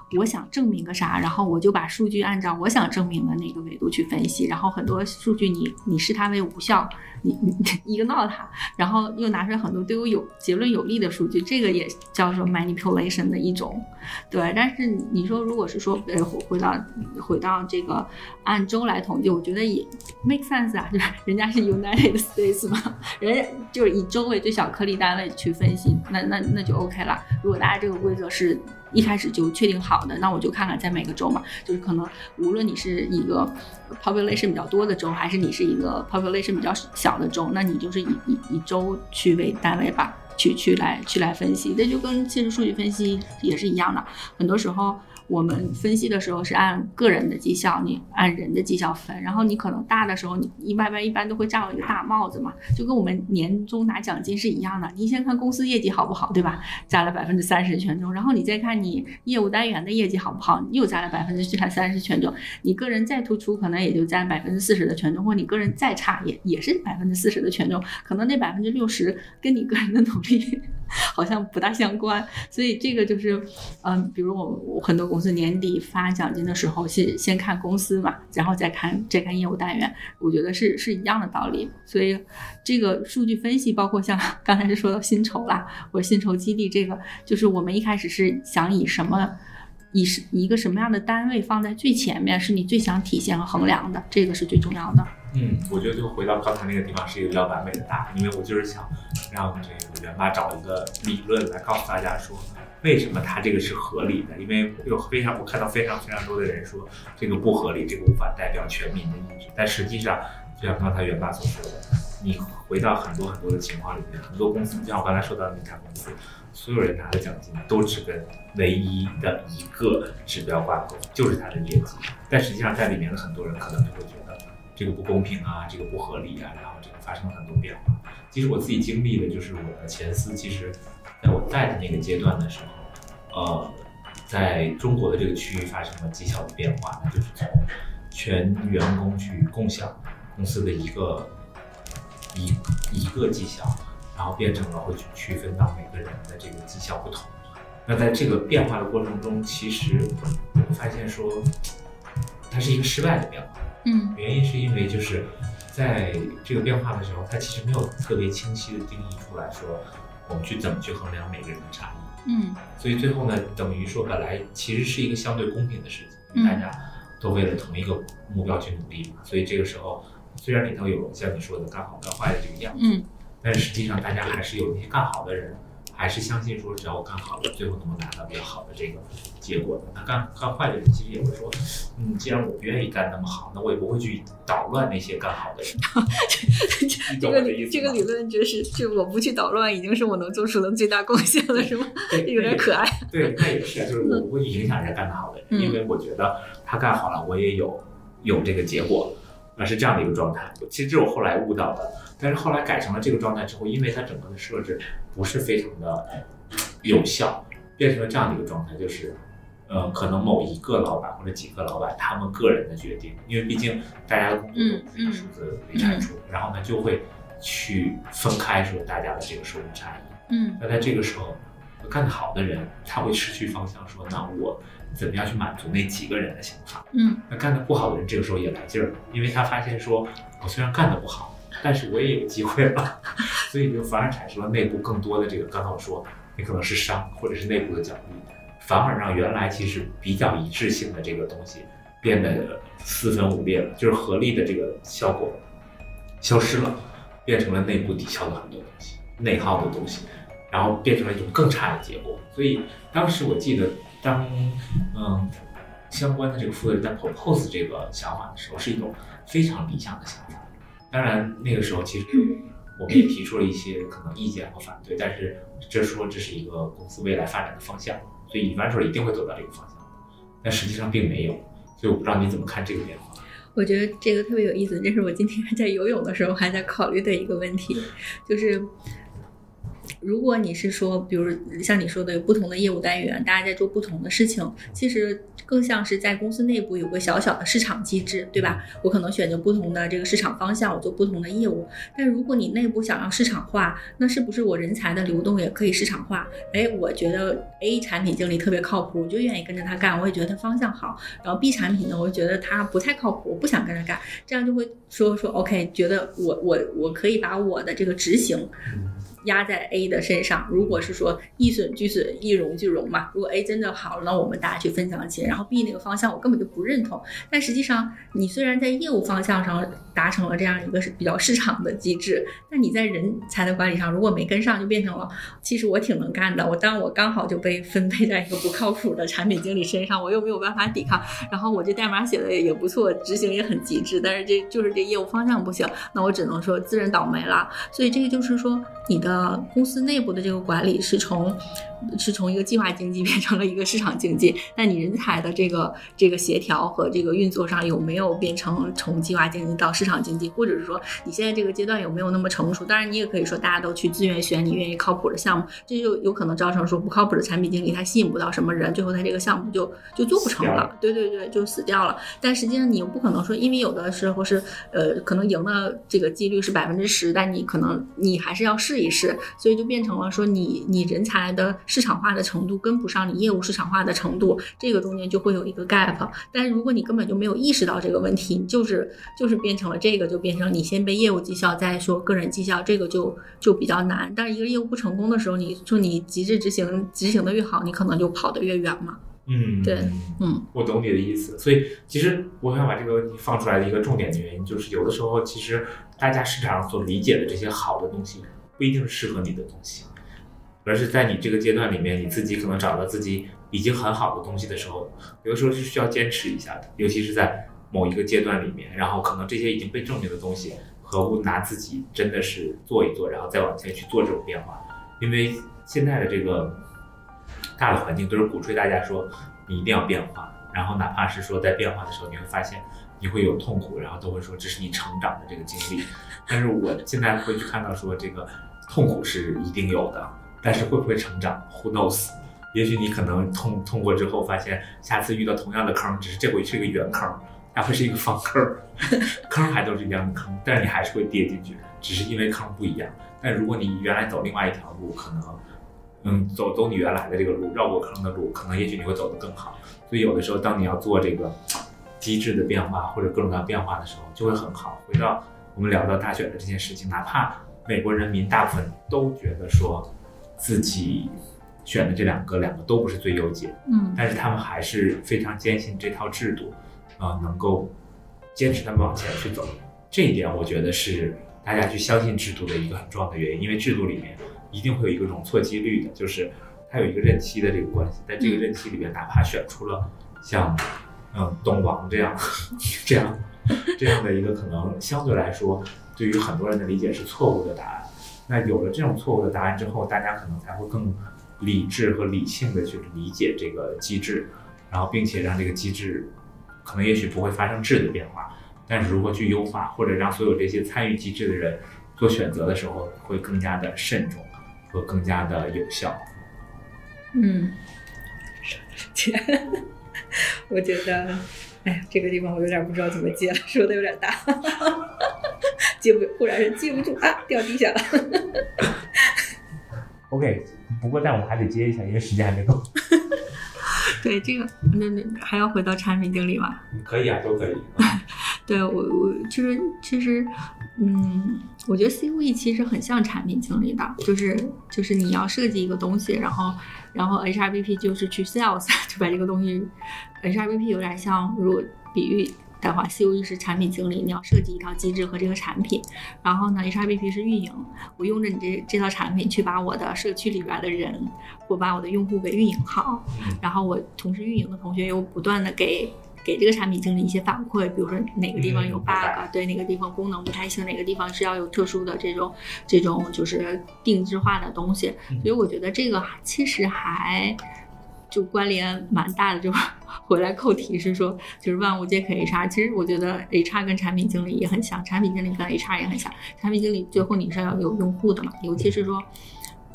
我想证明个啥，然后我就把数据按照我想证明的那个维度去分析，然后很多数据你视它为无效，你ignore它，然后又拿出来很多对我结论有利的数据，这个也叫做 manipulation 的一种。对，但是你说如果是说回到这个按州来统计，我觉得也 make sense 啊，就是人家是 United States 嘛，人家就是以州为最小颗粒单位去分析，那就 OK 了。如果大家这个规则是一开始就确定好的，那我就看看在每个州嘛，就是可能无论你是一个 population 比较多的州，还是你是一个 population 比较小的州，那你就是以州去为单位吧，去来分析。这就跟其实数据分析也是一样的，很多时候我们分析的时候是按个人的绩效，你按人的绩效分，然后你可能大的时候你一般都会占有一个大帽子嘛，就跟我们年终拿奖金是一样的，你先看公司业绩好不好，对吧，占了30%权重，然后你再看你业务单元的业绩好不好，又占了30%权重，你个人再突出可能也就占40%的权重，或你个人再差也是40%的权重，可能那60%跟你个人的努力好像不大相关。所以这个就是比如我很多公司年底发奖金的时候先看公司嘛，然后再看业务单元，我觉得是一样的道理。所以这个数据分析包括像刚才是说到薪酬啦，或者薪酬激励，这个就是我们一开始是想以一个什么样的单位放在最前面，是你最想体现和衡量的，这个是最重要的。 我觉得就回到刚才那个地方是一个比较完美的答案，因为我就是想让这个元妈找一个理论来告诉大家说为什么它这个是合理的，因为我看到非常非常多的人说这个不合理，这个无法代表全民的意志，但实际上就像刚才元妈所说的，你回到很多的情况里面，很多公司就像我刚才说到的那家公司，所有人拿的奖金都只跟唯一的一个指标挂钩，就是他的业绩，但实际上在里面的很多人可能就会觉得这个不公平啊，这个不合理啊，然后这个发生了很多变化。其实我自己经历的就是我的前司，其实在我在的那个阶段的时候，在中国的这个区域发生了绩效的变化，那就是从全员工去共享公司的一个绩效，然后变成了会去区分到每个人的这个绩效不同。那在这个变化的过程中，其实我们发现说它是一个失败的变化。原因是因为就是在这个变化的时候，它其实没有特别清晰的定义出来说我们怎么去衡量每个人的差异。所以最后呢，等于说本来其实是一个相对公平的事情，因为大家都为了同一个目标去努力嘛。所以这个时候虽然里头有像你说的干好干坏的这个样子，但实际上大家还是有那些干好的人，还是相信说只要我干好了，最后能够拿到比较好的这个结果的。那干坏的人其实也会说，既然我不愿意干那么好，那我也不会去捣乱那些干好的人。 这个理论就是我不去捣乱，已经是我能做出的最大贡献了，是吗？有点可爱。 对，那也是，就是我不会去影响人家干得好的人，因为我觉得他干好了，我也有这个结果，是这样的一个状态。其实这是我后来悟到的。但是后来改成了这个状态之后，因为它整个的设置不是非常的有效，变成了这样的一个状态，就是可能某一个老板或者几个老板他们个人的决定，因为毕竟大家的工作都是以数字为产出，然后呢就会去分开说大家的这个收入差异。那在这个时候干得好的人他会失去方向，说那我怎么样去满足那几个人的想法。那干得不好的人这个时候也来劲儿，因为他发现说我虽然干得不好，但是我也有机会了，所以就反而产生了内部更多的这个，刚才我说你可能是伤或者是内部的奖励，反而让原来其实比较一致性的这个东西变得四分五裂了，就是合力的这个效果消失了，变成了内部抵消的很多东西，内耗的东西，然后变成了一种更差的结果。所以当时我记得当相关的这个负责人在 propose 这个想法的时候，是一种非常理想的想法。当然那个时候其实我们也提出了一些可能意见和反对，但是这是一个公司未来发展的方向，所以一般说一定会走到这个方向的，但实际上并没有。所以我不知道你怎么看这个变化。 我觉得这个特别有意思，这是我今天在游泳的时候还在考虑的一个问题，就是如果你是说，比如像你说的有不同的业务单元，大家在做不同的事情，其实更像是在公司内部有个小小的市场机制，对吧？我可能选择不同的这个市场方向，我做不同的业务。但如果你内部想要市场化，那是不是我人才的流动也可以市场化？我觉得 A 产品经理特别靠谱，我就愿意跟着他干，我也觉得他方向好。然后 B 产品呢，我觉得他不太靠谱，我不想跟着干，这样就会说 OK， 觉得我可以把我的这个执行压在 A 的身上，如果是说益损俱损，益荣俱荣嘛，如果 A 真的好了，那我们大家去分享钱，然后 B 那个方向我根本就不认同，但实际上你虽然在业务方向上达成了这样一个比较市场的机制，但你在人才的管理上如果没跟上，就变成了其实我挺能干的，我刚好就被分配在一个不靠谱的产品经理身上，我又没有办法抵抗，然后我这代码写的也不错，执行也很极致，但是这业务方向不行，那我只能说自认倒霉了。所以这个就是说你的公司内部的这个管理是从一个计划经济变成了一个市场经济，那你人才的这个协调和这个运作上有没有变成从计划经济到市场经济，或者是说你现在这个阶段有没有那么成熟？当然你也可以说大家都去自愿选你愿意靠谱的项目，这就有可能造成说不靠谱的产品经理他吸引不到什么人，最后他这个项目就做不成了，对，就死掉了。但实际上你又不可能说，因为有的时候是可能赢的这个几率是10%，但你可能你还是要试一试，所以就变成了说你人才的市场化的程度跟不上你业务市场化的程度，这个中间就会有一个 gap。 但是如果你根本就没有意识到这个问题，你就是变成了这个，就变成你先背业务绩效再说个人绩效，这个就比较难。但是一个业务不成功的时候，你说你极致执行的越好，你可能就跑得越远嘛。对， 我懂你的意思。所以其实我想把这个问题放出来的一个重点的原因，就是有的时候其实大家市场上所理解的这些好的东西不一定是适合你的东西，而是在你这个阶段里面，你自己可能找到自己已经很好的东西的时候，有的时候是需要坚持一下的，尤其是在某一个阶段里面，然后可能这些已经被证明的东西，何不拿自己真的是做一做，然后再往前去做这种变化。因为现在的这个大的环境都是鼓吹大家说你一定要变化，然后哪怕是说在变化的时候你会发现你会有痛苦，然后都会说这是你成长的这个经历。但是我现在会去看到说这个痛苦是一定有的，但是会不会成长 Who knows， 也许你可能痛过之后发现下次遇到同样的坑，只是这回是一个圆坑，它会是一个方坑，坑还都是一样的坑，但是你还是会跌进去，只是因为坑不一样。但如果你原来走另外一条路，可能走你原来的这个路，绕过坑的路，可能也许你会走得更好。所以有的时候当你要做这个机制的变化或者各种各样变化的时候就会很好。回到我们聊到大选的这件事情，哪怕美国人民大部分都觉得说自己选的这两个都不是最优解，但是他们还是非常坚信这套制度能够坚持他们往前去走。这一点我觉得是大家去相信制度的一个很重要的原因，因为制度里面一定会有一个容错几率的，就是它有一个任期的这个关系，在这个任期里面哪怕选出了像东王这样的一个可能相对来说对于很多人的理解是错误的答案，那有了这种错误的答案之后，大家可能才会更理智和理性的去理解这个机制，然后并且让这个机制可能也许不会发生质的变化，但是如何去优化，或者让所有这些参与机制的人做选择的时候会更加的慎重和更加的有效。 我觉得这个地方我有点不知道怎么接了，说的有点大忽然是接不住掉地下了 OK， 不过但我们还得接一下，因为时间还没够对，这个还要回到产品经理吗？ 可以啊，都可以对，我其实我觉得 COE 其实很像产品经理的，就是你要设计一个东西，然后 HRBP 就是去 sales 就把这个东西 HRBP 有点像，如果比喻的话 COE 是产品经理，你要设计一套机制和这个产品，然后呢 HRBP 是运营，我用着你这套产品去把我的社区里边的人或把我的用户给运营好，然后我同时运营的同学又不断的给这个产品经理一些反馈，比如说哪个地方有 bug，对，哪个地方功能不太行，哪个地方是要有特殊的这种就是定制化的东西，所以我觉得这个其实还就关联蛮大的，就回来扣题是说就是万物皆可 HR， 其实我觉得 HR 跟产品经理也很像，产品经理跟 HR 也很像，产品经理最后你是要有用户的嘛，尤其是说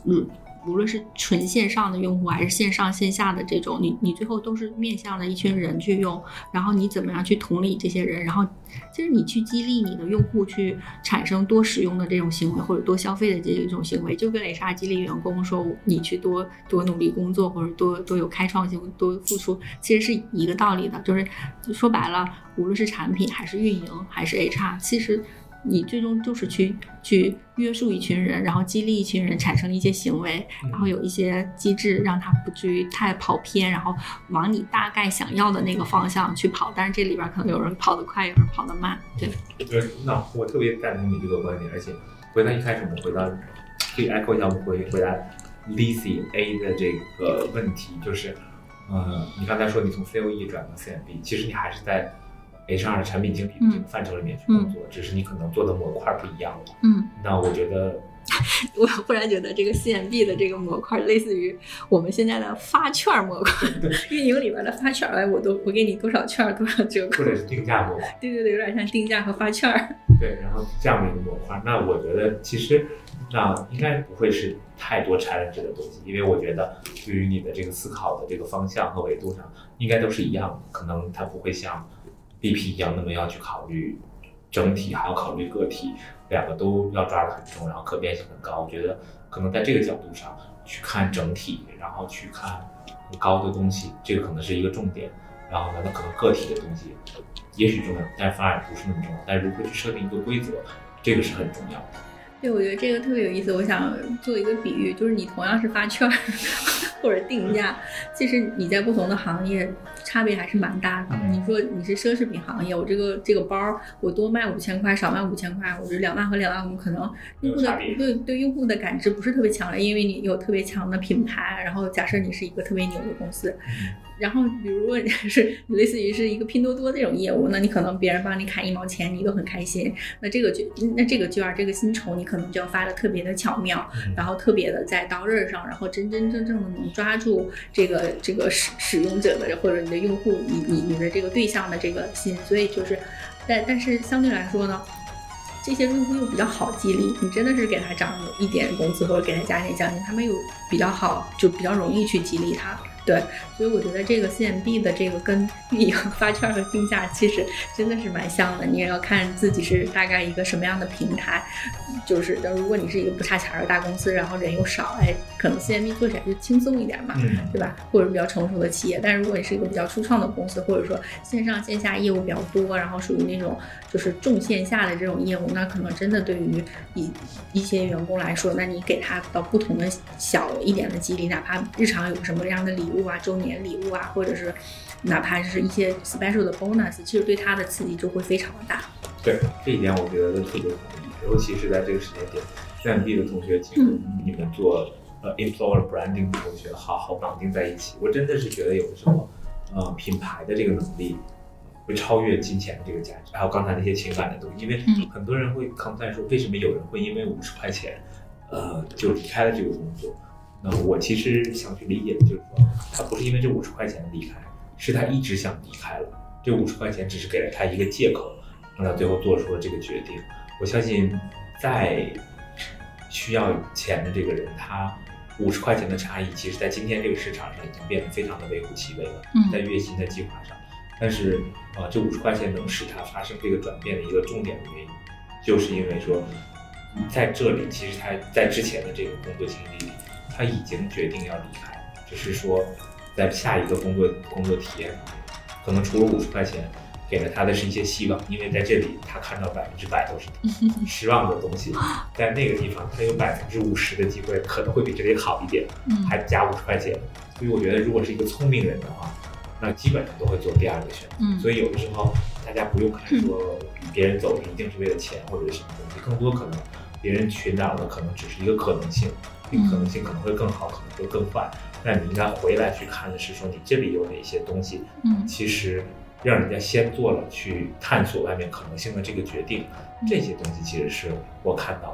无论是纯线上的用户还是线上线下的这种，你最后都是面向了一群人去用，然后你怎么样去同理这些人，然后其实你去激励你的用户去产生多使用的这种行为或者多消费的这种行为，就跟 HR 激励员工说你去多努力工作或者多有开创性多付出，其实是一个道理的。就是说白了，无论是产品还是运营还是 HR， 其实你最终就是去约束一群人，然后激励一群人产生一些行为，然后有一些机制让他不至于太跑偏，然后往你大概想要的那个方向去跑，但是这里边可能有人跑得快，有人跑得慢。对， 那我特别赞同你这个观点，而且回到一开始我们回到可以 echo 一下我们回答 Lizzy A 的这个问题，就是你刚才说你从 COE 转到 CMB， 其实你还是在HR 产品经理的这个范畴里面去工作，只是你可能做的模块不一样了。那我觉得， 我忽然觉得这个 CMB 的这个模块类似于我们现在的发券模块，运营里边的发券，我给你多少券多少折扣， 或者是定价模块。 对，有点像定价和发券。 对，然后这样的一个模块，那我觉得其实那应该不会是太多 challenge 的东西，因为我觉得对于你的这个思考的这个方向和维度上，应该都是一样的，可能它不会像BP 一样那么要去考虑整体还要考虑个体，两个都要抓得很重，然后可变性很高。我觉得可能在这个角度上去看整体，然后去看很高的东西，这个可能是一个重点。然后呢，那可能个体的东西也许重要，但反而不是那么重要。但是如何去设定一个规则，这个是很重要的。 对，我觉得这个特别有意思。我想做一个比喻，就是你同样是发券或者定价，其实你在不同的行业差别还是蛮大的。你说你是奢侈品行业，我这个包我多卖5000块，少卖5000块，我这2万和2万5，可能用户的对用户的感知不是特别强烈，因为你有特别强的品牌。然后假设你是一个特别牛的公司，然后比如说是类似于是一个拼多多这种业务，那你可能别人帮你砍1毛钱，你都很开心。那这个券这个薪酬你可能就要发的特别的巧妙，然后特别的在刀刃上，然后真正的能抓住这个使用者的或者你的用户，你的这个对象的这个心。所以就是但是相对来说呢，这些用户又比较好激励，你真的是给他涨一点工资或者给他加一点奖金，他们又比较好，就比较容易去激励他。对，所以我觉得这个 CMB 的这个跟运营发券和定价其实真的是蛮像的。你也要看自己是大概一个什么样的平台，就是如果你是一个不差钱的大公司，然后人又少，可能 CMB 做起来就轻松一点嘛，对吧？或者比较成熟的企业。但是如果你是一个比较初创的公司，或者说线上线下业务比较多，然后属于那种就是重线下的这种业务，那可能真的对于一些员工来说，那你给他到不同的小一点的激励，哪怕日常有什么样的礼物啊，周年礼物啊，或者是哪怕是一些 special 的 bonus， 其实对他的刺激就会非常的大。 对，这一点我觉得特别同意，尤其是在这个时间点，CMB 的同学其实你们做employer branding 的同学好绑定在一起。我真的是觉得有的时候品牌的这个能力会超越金钱的这个价值，还有刚才那些情感的东西。因为很多人会complain说，为什么有人会因为50块钱就离开了这个工作。那我其实想去理解的就是说，他不是因为这50块钱离开，是他一直想离开了，这50块钱只是给了他一个借口，让他最后做出了这个决定。我相信在需要钱的这个人，他50块钱的差异，其实在今天这个市场上已经变得非常的微乎其微了，在月薪的计划上。但是这50块钱能使他发生这个转变的一个重点的原因，就是因为说在这里，其实他在之前的这个工作经历里，他已经决定要离开，只是说在下一个工作体验上面，可能除了50块钱，给了他的是一些希望，因为在这里他看到100%都是失望的东西，在那个地方他有50%的机会可能会比这里好一点，还加50块钱。所以我觉得，如果是一个聪明人的话，那基本上都会做第二个选择。所以有的时候大家不用看说别人走一定是为了钱或者是什么东西，更多可能别人寻找的可能只是一个可能性。这个可能性可能会更好，可能会更坏，但你应该回来去看的是说你这里有哪些东西，其实让人家先做了去探索外面可能性的这个决定，这些东西其实是我看到的。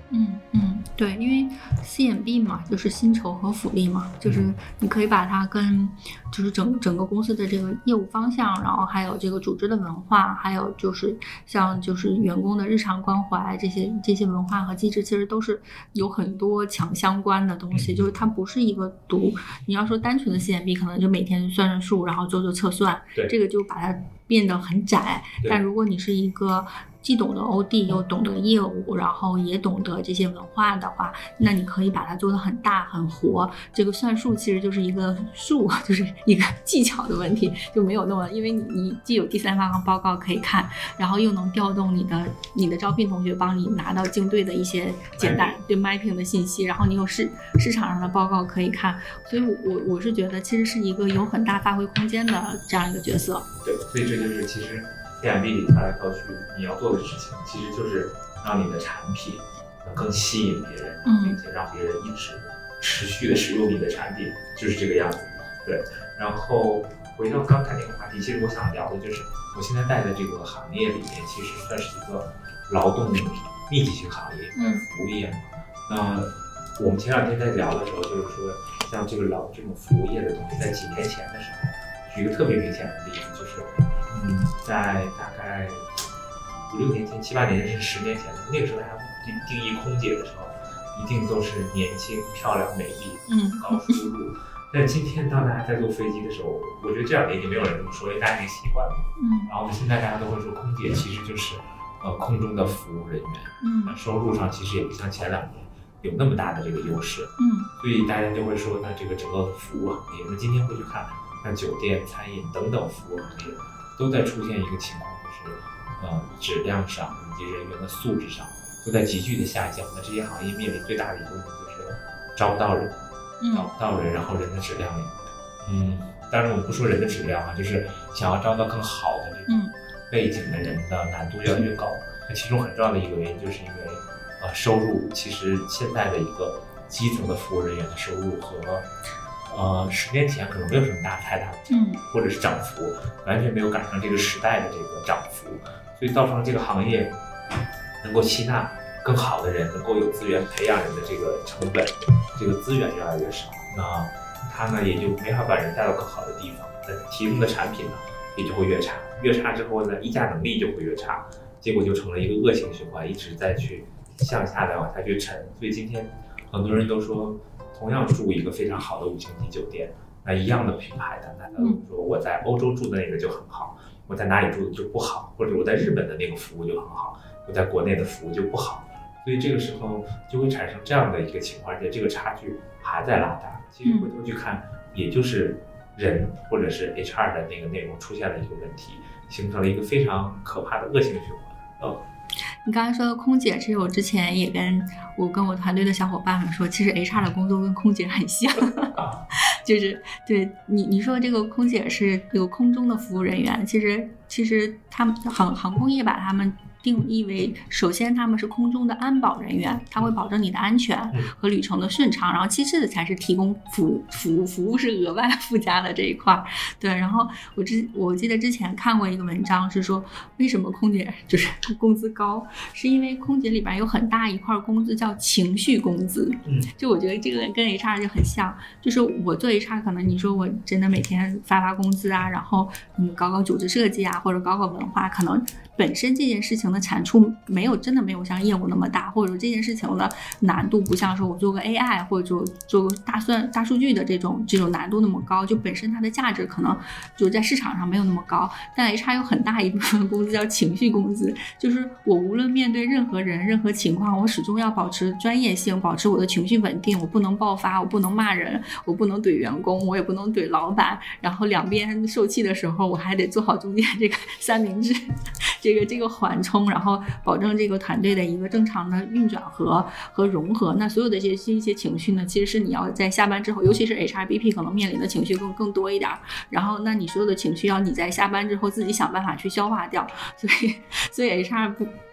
对，因为 CMB 嘛，就是薪酬和福利嘛，就是你可以把它跟就是整个公司的这个业务方向，然后还有这个组织的文化，还有就是像就是员工的日常关怀这些文化和机制，其实都是有很多强相关的东西，就是它不是一个你要说单纯的 CMB 可能就每天算算数，然后做测算，这个就把它变得很窄。但如果你是一个既懂得 OD 又懂得业务，然后也懂得这些文化的话，那你可以把它做得很大很活。这个算数其实就是一个数，就是一个技巧的问题，就没有那么，因为你既有第三方报告可以看，然后又能调动你的招聘同学帮你拿到竞对的一些简单对 mapping 的信息，然后你有市场上的报告可以看，所以我是觉得其实是一个有很大发挥空间的这样一个角色。 对，所以这就是其实 CMB 里挑来挑去你要做的事情，其实就是让你的产品更吸引别人，并且让别人一直持续的使用你的产品，就是这个样子。对，然后回到刚才那个话题，其实我想聊的就是我现在在的这个行业里面，其实算是一个劳动密集型行业，服务业嘛。那我们前2天在聊的时候，就是说像这种服务业的东西，在几年前的时候，举一个特别明显的例子，就是在大概5、6年前、7、8年前、10年前，那个时候大家定义空姐的时候，一定都是年轻、漂亮、美丽、高收入。但今天当大家在坐飞机的时候，我觉得这2年已经没有人这么说，因为大家已经习惯了。然后呢，现在大家都会说空姐其实就是空中的服务人员。那收入上其实也不像前2年有那么大的这个优势。所以大家就会说，那这个整个服务行业，那今天会去看，像酒店、餐饮等等服务行业都在出现一个情况，就是质量上以及人员的素质上都在急剧的下降。那这些行业面临最大的一个问题就是招不到人，然后人的质量当然我们不说人的质量啊，就是想要招到更好的这种背景的人的难度越来越高。那其中很重要的一个原因，就是因为收入其实现在的一个基层的服务人员的收入和10年前可能没有什么太大的或者是涨幅，完全没有赶上这个时代的这个涨幅，所以造成了这个行业能够吸纳更好的人，能够有资源培养人的这个成本，这个资源越来越少，那他呢也就没法把人带到更好的地方，那提供的产品呢也就会越差，越差之后呢议价能力就会越差，结果就成了一个恶性循环，一直在去向下的往下去沉。所以今天很多人都说，同样住一个非常好的5星级酒店，那一样的品牌的，那他说我在欧洲住的那个就很好，我在哪里住的就不好，或者我在日本的那个服务就很好，我在国内的服务就不好。所以这个时候就会产生这样的一个情况，而且这个差距还在拉大。其实回头去看，也就是人或者是 HR 的那个内容出现了一个问题，形成了一个非常可怕的恶性循环。 你刚才说的空姐，其实我之前也跟我团队的小伙伴们说，其实 HR 的工作跟空姐很像，就是对你说这个空姐是有空中的服务人员，其实他们航空业把他们定义为，首先他们是空中的安保人员，他会保证你的安全和旅程的顺畅，然后其次的才是提供服务是额外附加的这一块。对，然后我记得之前看过一个文章是说，为什么空姐就是工资高，是因为空姐里边有很大一块工资叫情绪工资。就我觉得这个跟 HR 就很像，就是我做 HR 可能你说我真的每天发工资啊，然后搞组织设计啊，或者搞文化，可能本身这件事情的产出真的没有像业务那么大，或者这件事情的难度不像说我做个 AI 或者做个大数据的这种难度那么高，就本身它的价值可能就在市场上没有那么高。但 HR 有很大一部分工资叫情绪工资，就是我无论面对任何人任何情况，我始终要保持专业性，保持我的情绪稳定，我不能爆发，我不能骂人，我不能怼员工，我也不能怼老板，然后两边受气的时候我还得做好中间这个三明治这个缓冲，然后保证这个团队的一个正常的运转和融合。那所有的一些情绪呢，其实是你要在下班之后，尤其是 HRBP 可能面临的情绪更多一点，然后那你所有的情绪要你在下班之后自己想办法去消化掉。所以 HRBP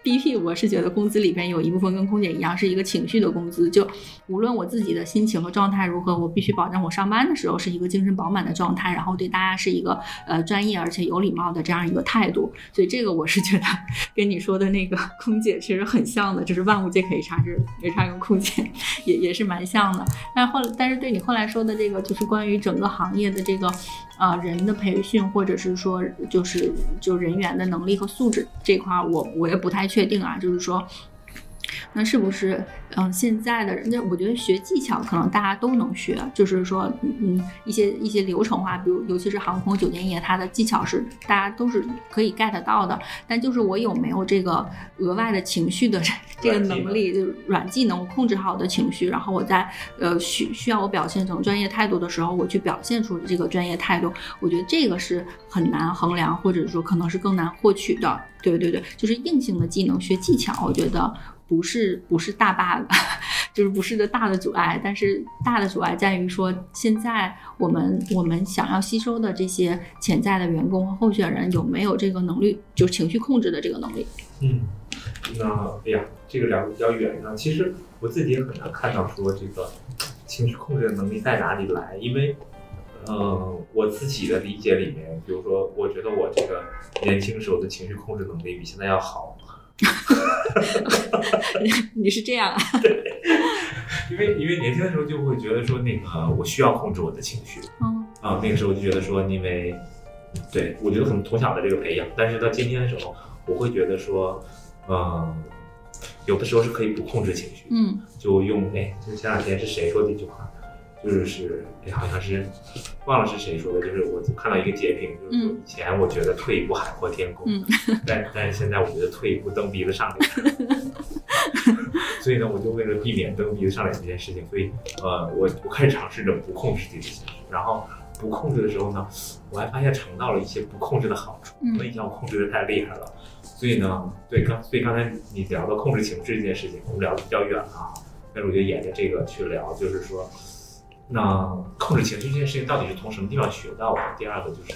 BP 我是觉得工资里边有一部分跟空姐一样是一个情绪的工资，就无论我自己的心情和状态如何，我必须保证我上班的时候是一个精神饱满的状态，然后对大家是一个专业而且有礼貌的这样一个态度。所以这个我是觉得跟你说的那个空姐其实很像的，就是万物皆可HR跟空姐也是蛮像的。但是对你后来说的这个就是关于整个行业的这个人的培训，或者是说就人员的能力和素质这块我也不太确定啊，就是说那是不是现在的人，我觉得学技巧可能大家都能学，就是说一些流程化，比如尤其是航空酒店业，它的技巧是大家都是可以 get 到的，但就是我有没有这个额外的情绪的这个能力，就是软技能控制好的情绪，然后我在需要我表现成专业态度的时候，我去表现出这个专业态度，我觉得这个是很难衡量，或者说可能是更难获取的。对，就是硬性的技能学技巧，我觉得不是大 bug， 就是不是个大的阻碍，但是大的阻碍在于说现在我们想要吸收的这些潜在的员工和候选人有没有这个能力，就是情绪控制的这个能力。 那这个聊得比较远呢，其实我自己也很难看到说这个情绪控制的能力在哪里来，因为我自己的理解里面，比如说我觉得我这个年轻时候的情绪控制能力比现在要好。 你是这样啊？ 对，因为年轻的时候就会觉得说那个我需要控制我的情绪，那个时候就觉得说，因为对我觉得可能从小的这个培养，但是到今天的时候，我会觉得说，有的时候是可以不控制情绪，就用就是前两天是谁说的一句话，就是好像是忘了是谁说的，就是我看到一个截屏，就是说以前我觉得退一步海阔天空，但是现在我觉得退一步蹬鼻子上脸。所以呢，我就为了避免蹬鼻子上脸这件事情，所以我开始尝试着不控制自己的情绪，然后不控制的时候呢，我还发现尝到了一些不控制的好处。可能以前我控制的太厉害了，所以呢，所以刚才你聊到控制情绪这件事情，我们聊得比较远啊，但是我就沿着这个去聊，就是说，那控制情绪这件事情到底是从什么地方学到的？第二个就是，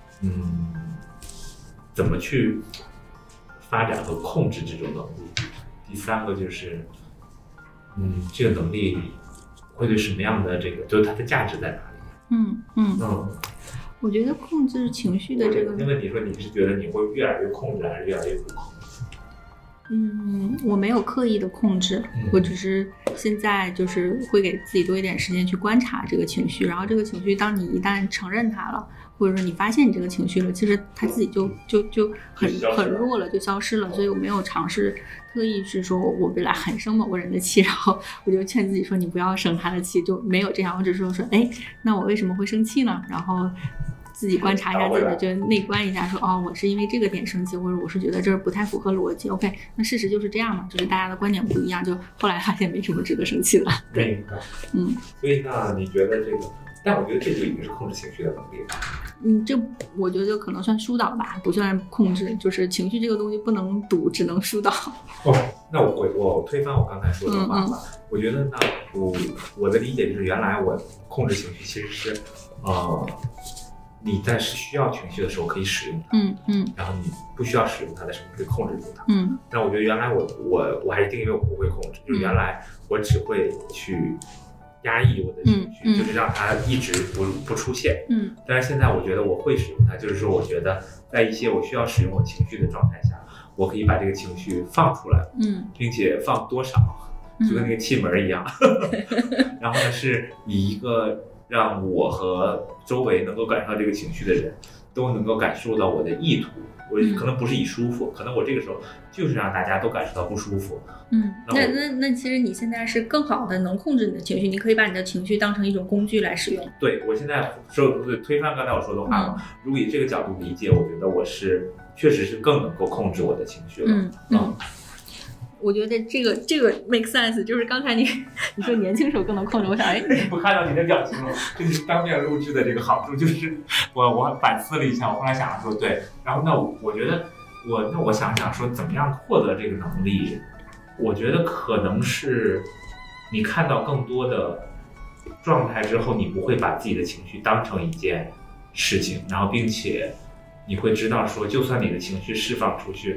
怎么去发展和控制这种能力？第三个就是，这个能力会对什么样的这个，就是它的价值在哪里？ 我觉得控制情绪的这个， 那问题说你是觉得你会越来越控制，还是越来越不控制？ 我没有刻意的控制，我只是现在就是会给自己多一点时间去观察这个情绪，然后这个情绪当你一旦承认它了，或者说你发现你这个情绪了，其实它自己就很弱了，就消失了。所以我没有尝试特意是说我本来很生某个人的气，然后我就劝自己说你不要生他的气，就没有这样。我只是说那我为什么会生气呢？然后自己观察一下自己，就内观一下说我是因为这个点生气，或者我是觉得这不太符合逻辑。OK， 那事实就是这样嘛，就是大家的观点不一样，就后来发现没什么值得生气的。对， 所以呢，你觉得这个？但我觉得这就已经是控制情绪的能力了。 这我觉得可能算疏导吧，不算控制。就是情绪这个东西不能堵，只能疏导。 那我推翻我刚才说的话吧。我觉得呢，我的理解就是，原来我控制情绪其实是你在需要情绪的时候可以使用它，然后你不需要使用它的时候可以控制住它，但我觉得原来我还是定义为我不会控制，就是原来我只会去压抑我的情绪，就是让它一直不出现，但是现在我觉得我会使用它，就是说我觉得在一些我需要使用我情绪的状态下，我可以把这个情绪放出来，并且放多少，就跟那个气门一样，然后呢是以一个让我和周围能够感受到这个情绪的人都能够感受到我的意图，我可能不是以舒服，可能我这个时候就是让大家都感受到不舒服。 那其实你现在是更好的能控制你的情绪，你可以把你的情绪当成一种工具来使用。 对，我现在推翻刚才我说的话，如果以这个角度理解，我觉得我是确实是更能够控制我的情绪了。 我觉得这个 make sense， 就是刚才你说年轻时候更能控制，我想不看到你的表情了，这就是当面录制的这个好处，就是我反思了一下，我后来想说对，然后那我觉得我想想说怎么样获得这个能力，我觉得可能是你看到更多的状态之后，你不会把自己的情绪当成一件事情，然后并且你会知道说，就算你的情绪释放出去，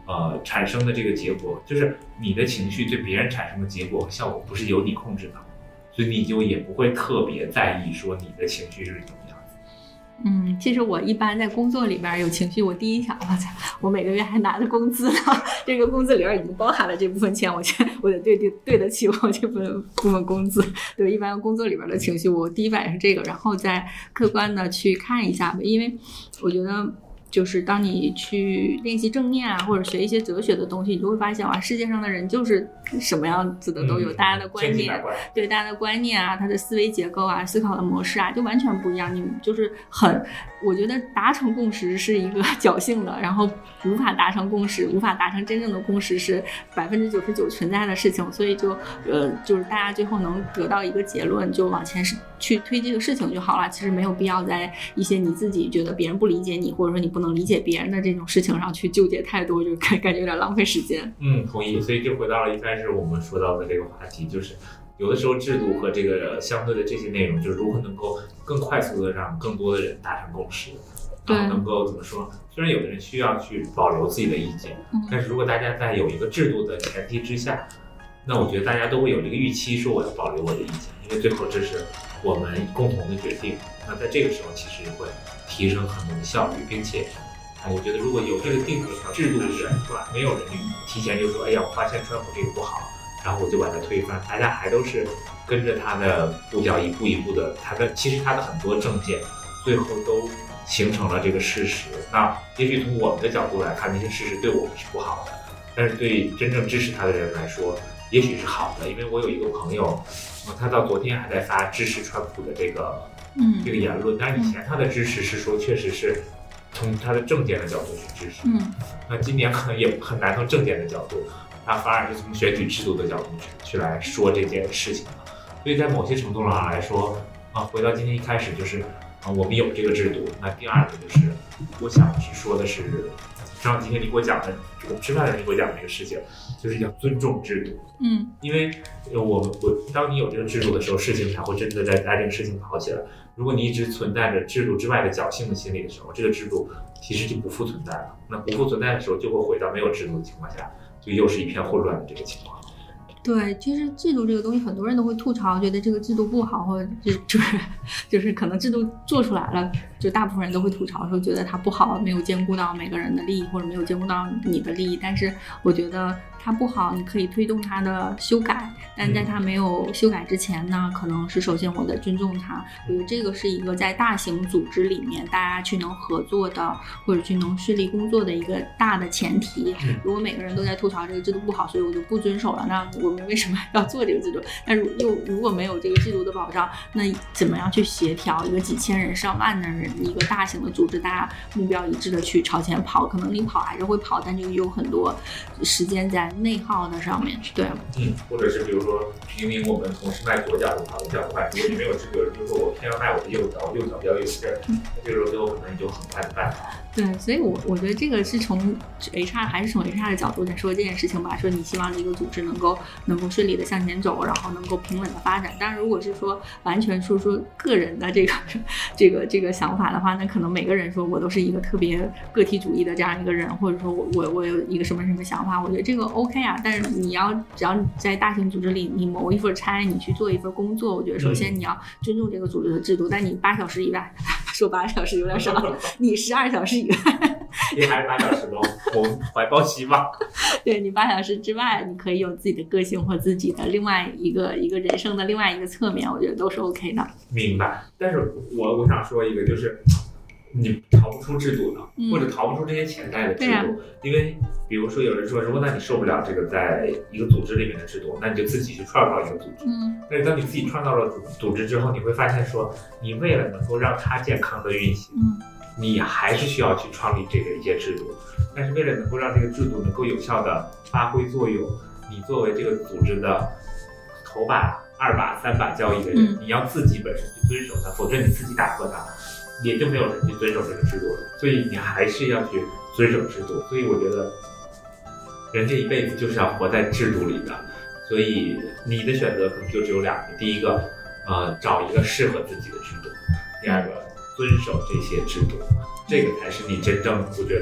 产生的这个结果，就是你的情绪对别人产生的结果和效果不是由你控制的，所以你就也不会特别在意说你的情绪是怎么样子。 其实我一般在工作里边有情绪，我第一想，我每个月还拿着工资呢，这个工资里边已经包含了这部分钱，我得对得起我这部分工资。对，一般工作里边的情绪，我第一反应是这个，然后再客观的去看一下吧，因为我觉得。就是当你去练习正念啊，或者学一些哲学的东西，你就会发现世界上的人就是什么样子的都有，大家的观念，对大家的观念啊，他的思维结构啊，思考的模式啊，就完全不一样。你就是我觉得达成共识是一个侥幸的，然后无法达成共识，无法达成真正的共识是99%存在的事情，所以就是大家最后能得到一个结论，就往前去推这个事情就好了。其实没有必要在一些你自己觉得别人不理解你，或者说你不能理解别人的这种事情上去纠结太多，就感觉有点浪费时间。 同意。所以就回到了一开始我们说到的这个话题，就是有的时候制度和这个相对的这些内容，就是如何能够更快速的让更多的人达成共识，然后能够怎么说？虽然有的人需要去保留自己的意见，但是如果大家在有一个制度的前提之下，那我觉得大家都会有这个预期，说我要保留我的意见，因为最后这是我们共同的决定。那在这个时候，其实会提升很多的效率，并且，我觉得如果有这个定的制度是吧，没有人提前就说，哎呀，我发现川普这个不好，然后我就把它推翻，大家还都是跟着他的步调一步一步的，其实他的很多政见最后都形成了这个事实。那也许从我们的角度来看，那些事实对我们是不好的，但是对真正支持他的人来说，也许是好的。因为我有一个朋友，他到昨天还在发支持川普的这个言论，但是以前他的支持是说，确实是从他的政见的角度去支持。那今年可能也很难从政见的角度，他反而是从选举制度的角度去来说这件事情了。所以在某些程度上来说，回到今天一开始就是，我们有这个制度。那第二个就是，我想去说的是，正好今天你给我讲的，我们吃饭的时候你给我讲的这个事情，就是要尊重制度。因为当你有这个制度的时候，事情才会真的在这个事情跑起来。如果你一直存在着制度之外的侥幸的心理的时候，这个制度其实就不复存在了。那不复存在的时候，就会回到没有制度的情况下，就又是一片混乱的这个情况。 对，其实制度这个东西，很多人都会吐槽，觉得这个制度不好，或者就是可能制度做出来了，就大部分人都会吐槽说，觉得它不好，没有兼顾到每个人的利益，或者没有兼顾到你的利益。但是我觉得它不好，你可以推动它的修改，但在它没有修改之前呢，可能是首先我得尊重它。我觉得这个是一个在大型组织里面大家去能合作的，或者去能顺利工作的一个大的前提。如果每个人都在吐槽这个制度不好，所以我就不遵守了，那我们为什么要做这个制度？但如果没有这个制度的保障，那怎么样去协调一个几千人上万的人一个大型的组织，大家目标一致的去朝前跑？可能你跑还是会跑，但就有很多时间在内耗的上面。对， 或者是比如说明明我们同时迈左脚就跑得比较快，如果你没有制度，就是说我偏要迈我的右脚，右脚比较有劲儿，那这个时候最后可能你就很快的办法。 对，所以我觉得这个是从 HR 还是从 HR 的角度在说这件事情吧，说你希望这个组织能够顺利的向前走，然后能够平稳的发展。当然如果是说完全说个人的这个想法的话，那可能每个人说我都是一个特别个体主义的这样一个人，或者说我有一个什么想法，我觉得这个 OK 啊。但是只要你在大型组织里，你谋一份差，你去做一份工作，我觉得首先你要尊重这个组织的制度，但你8小时以外，说8小时有点少，你12小时以外， 你还是8小时喽，我们怀抱希望。 对，你8小时之外，你可以有自己的个性或自己的另外一个人生的另外一个侧面，我觉得都是 OK 的。 明白。但是我想说一个，就是你逃不出制度的，或者逃不出这些潜在的制度。因为比如说有人说，如果那你受不了这个在一个组织里面的制度，那你就自己去创造一个组织。但是当你自己创造了组织之后，你会发现说，你为了能够让它健康的运行，你还是需要去创立这个一些制度。但是为了能够让这个制度能够有效的发挥作用，你作为这个组织的头把、2把、3把交椅的人，你要自己本身去遵守它，否则你自己打破它，也就没有人去遵守这个制度了。所以你还是要去遵守制度。所以我觉得人这一辈子就是要活在制度里的。所以你的选择可能就只有2个，第一个找一个适合自己的制度，第二个遵守这些制度，这个才是你真正我觉得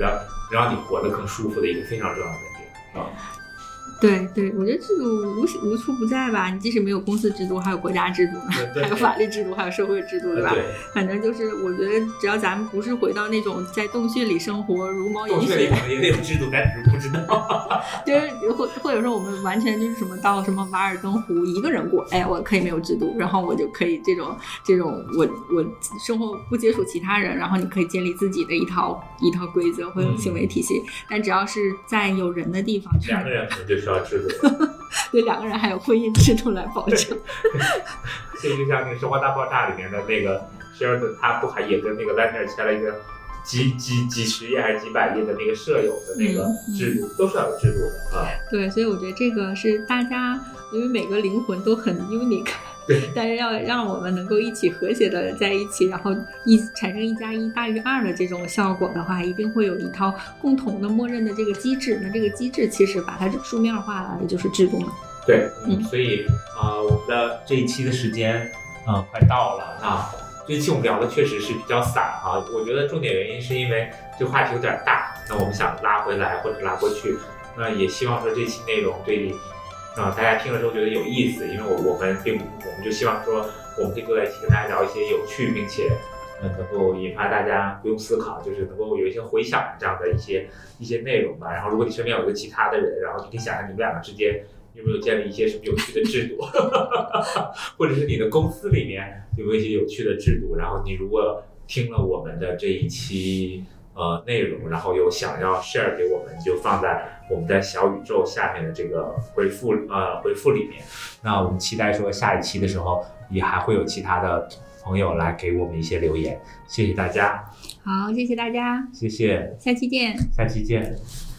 让你活得更舒服的一个非常重要的点啊。 对对，我觉得制度无处不在吧。你即使没有公司制度，还有国家制度呢，还有法律制度，还有社会制度，对吧？ 对， 反正就是我觉得，只要咱们不是回到那种在洞穴里生活如毛饮血， 洞穴里可能也有制度，但是不知道。 就是或者说我们完全就是什么到什么瓦尔登湖一个人过，哎，我可以没有制度，然后我就可以这种我生活不接触其他人，然后你可以建立自己的一套规则或者行为体系。但只要是在有人的地方， 两个人可能就需要制度。 对，两个人还有婚姻制度来保证。 这就像那个《生活大爆炸》里面的那个 Sheldon， 他不还也跟那个 Leonard 签了一个几十页还是几百页的那个舍友的那个制度，都是要有制度的啊。 对，所以我觉得这个是大家，因为每个灵魂都很 unique。 对， 但是要让我们能够一起和谐的在一起，然后产生1+1大于2的这种效果的话，一定会有一套共同的默认的这个机制。那这个机制其实把它书面化了，也就是制度嘛。 对，所以我们的这一期的时间快到了啊。这一期我们聊的确实是比较散啊，我觉得重点原因是因为这个话题有点大，那我们想拉回来或者拉过去，那也希望说这期内容对大家听了之后觉得有意思，因为我们就希望说我们可以坐在一起跟大家聊一些有趣并且能够引发大家不用思考，就是能够有一些回响这样的一些内容吧。然后如果你身边有一个其他的人，然后你可以想象你们两个之间有没有建立一些什么有趣的制度，或者是你的公司里面有没有一些有趣的制度，然后你如果听了我们的这一期内容，然后有想要 share 给我们，就放在我们的小宇宙下面的这个回复里面。那我们期待说下一期的时候也还会有其他的朋友来给我们一些留言。谢谢大家。 好，谢谢大家， 谢谢， 下期见。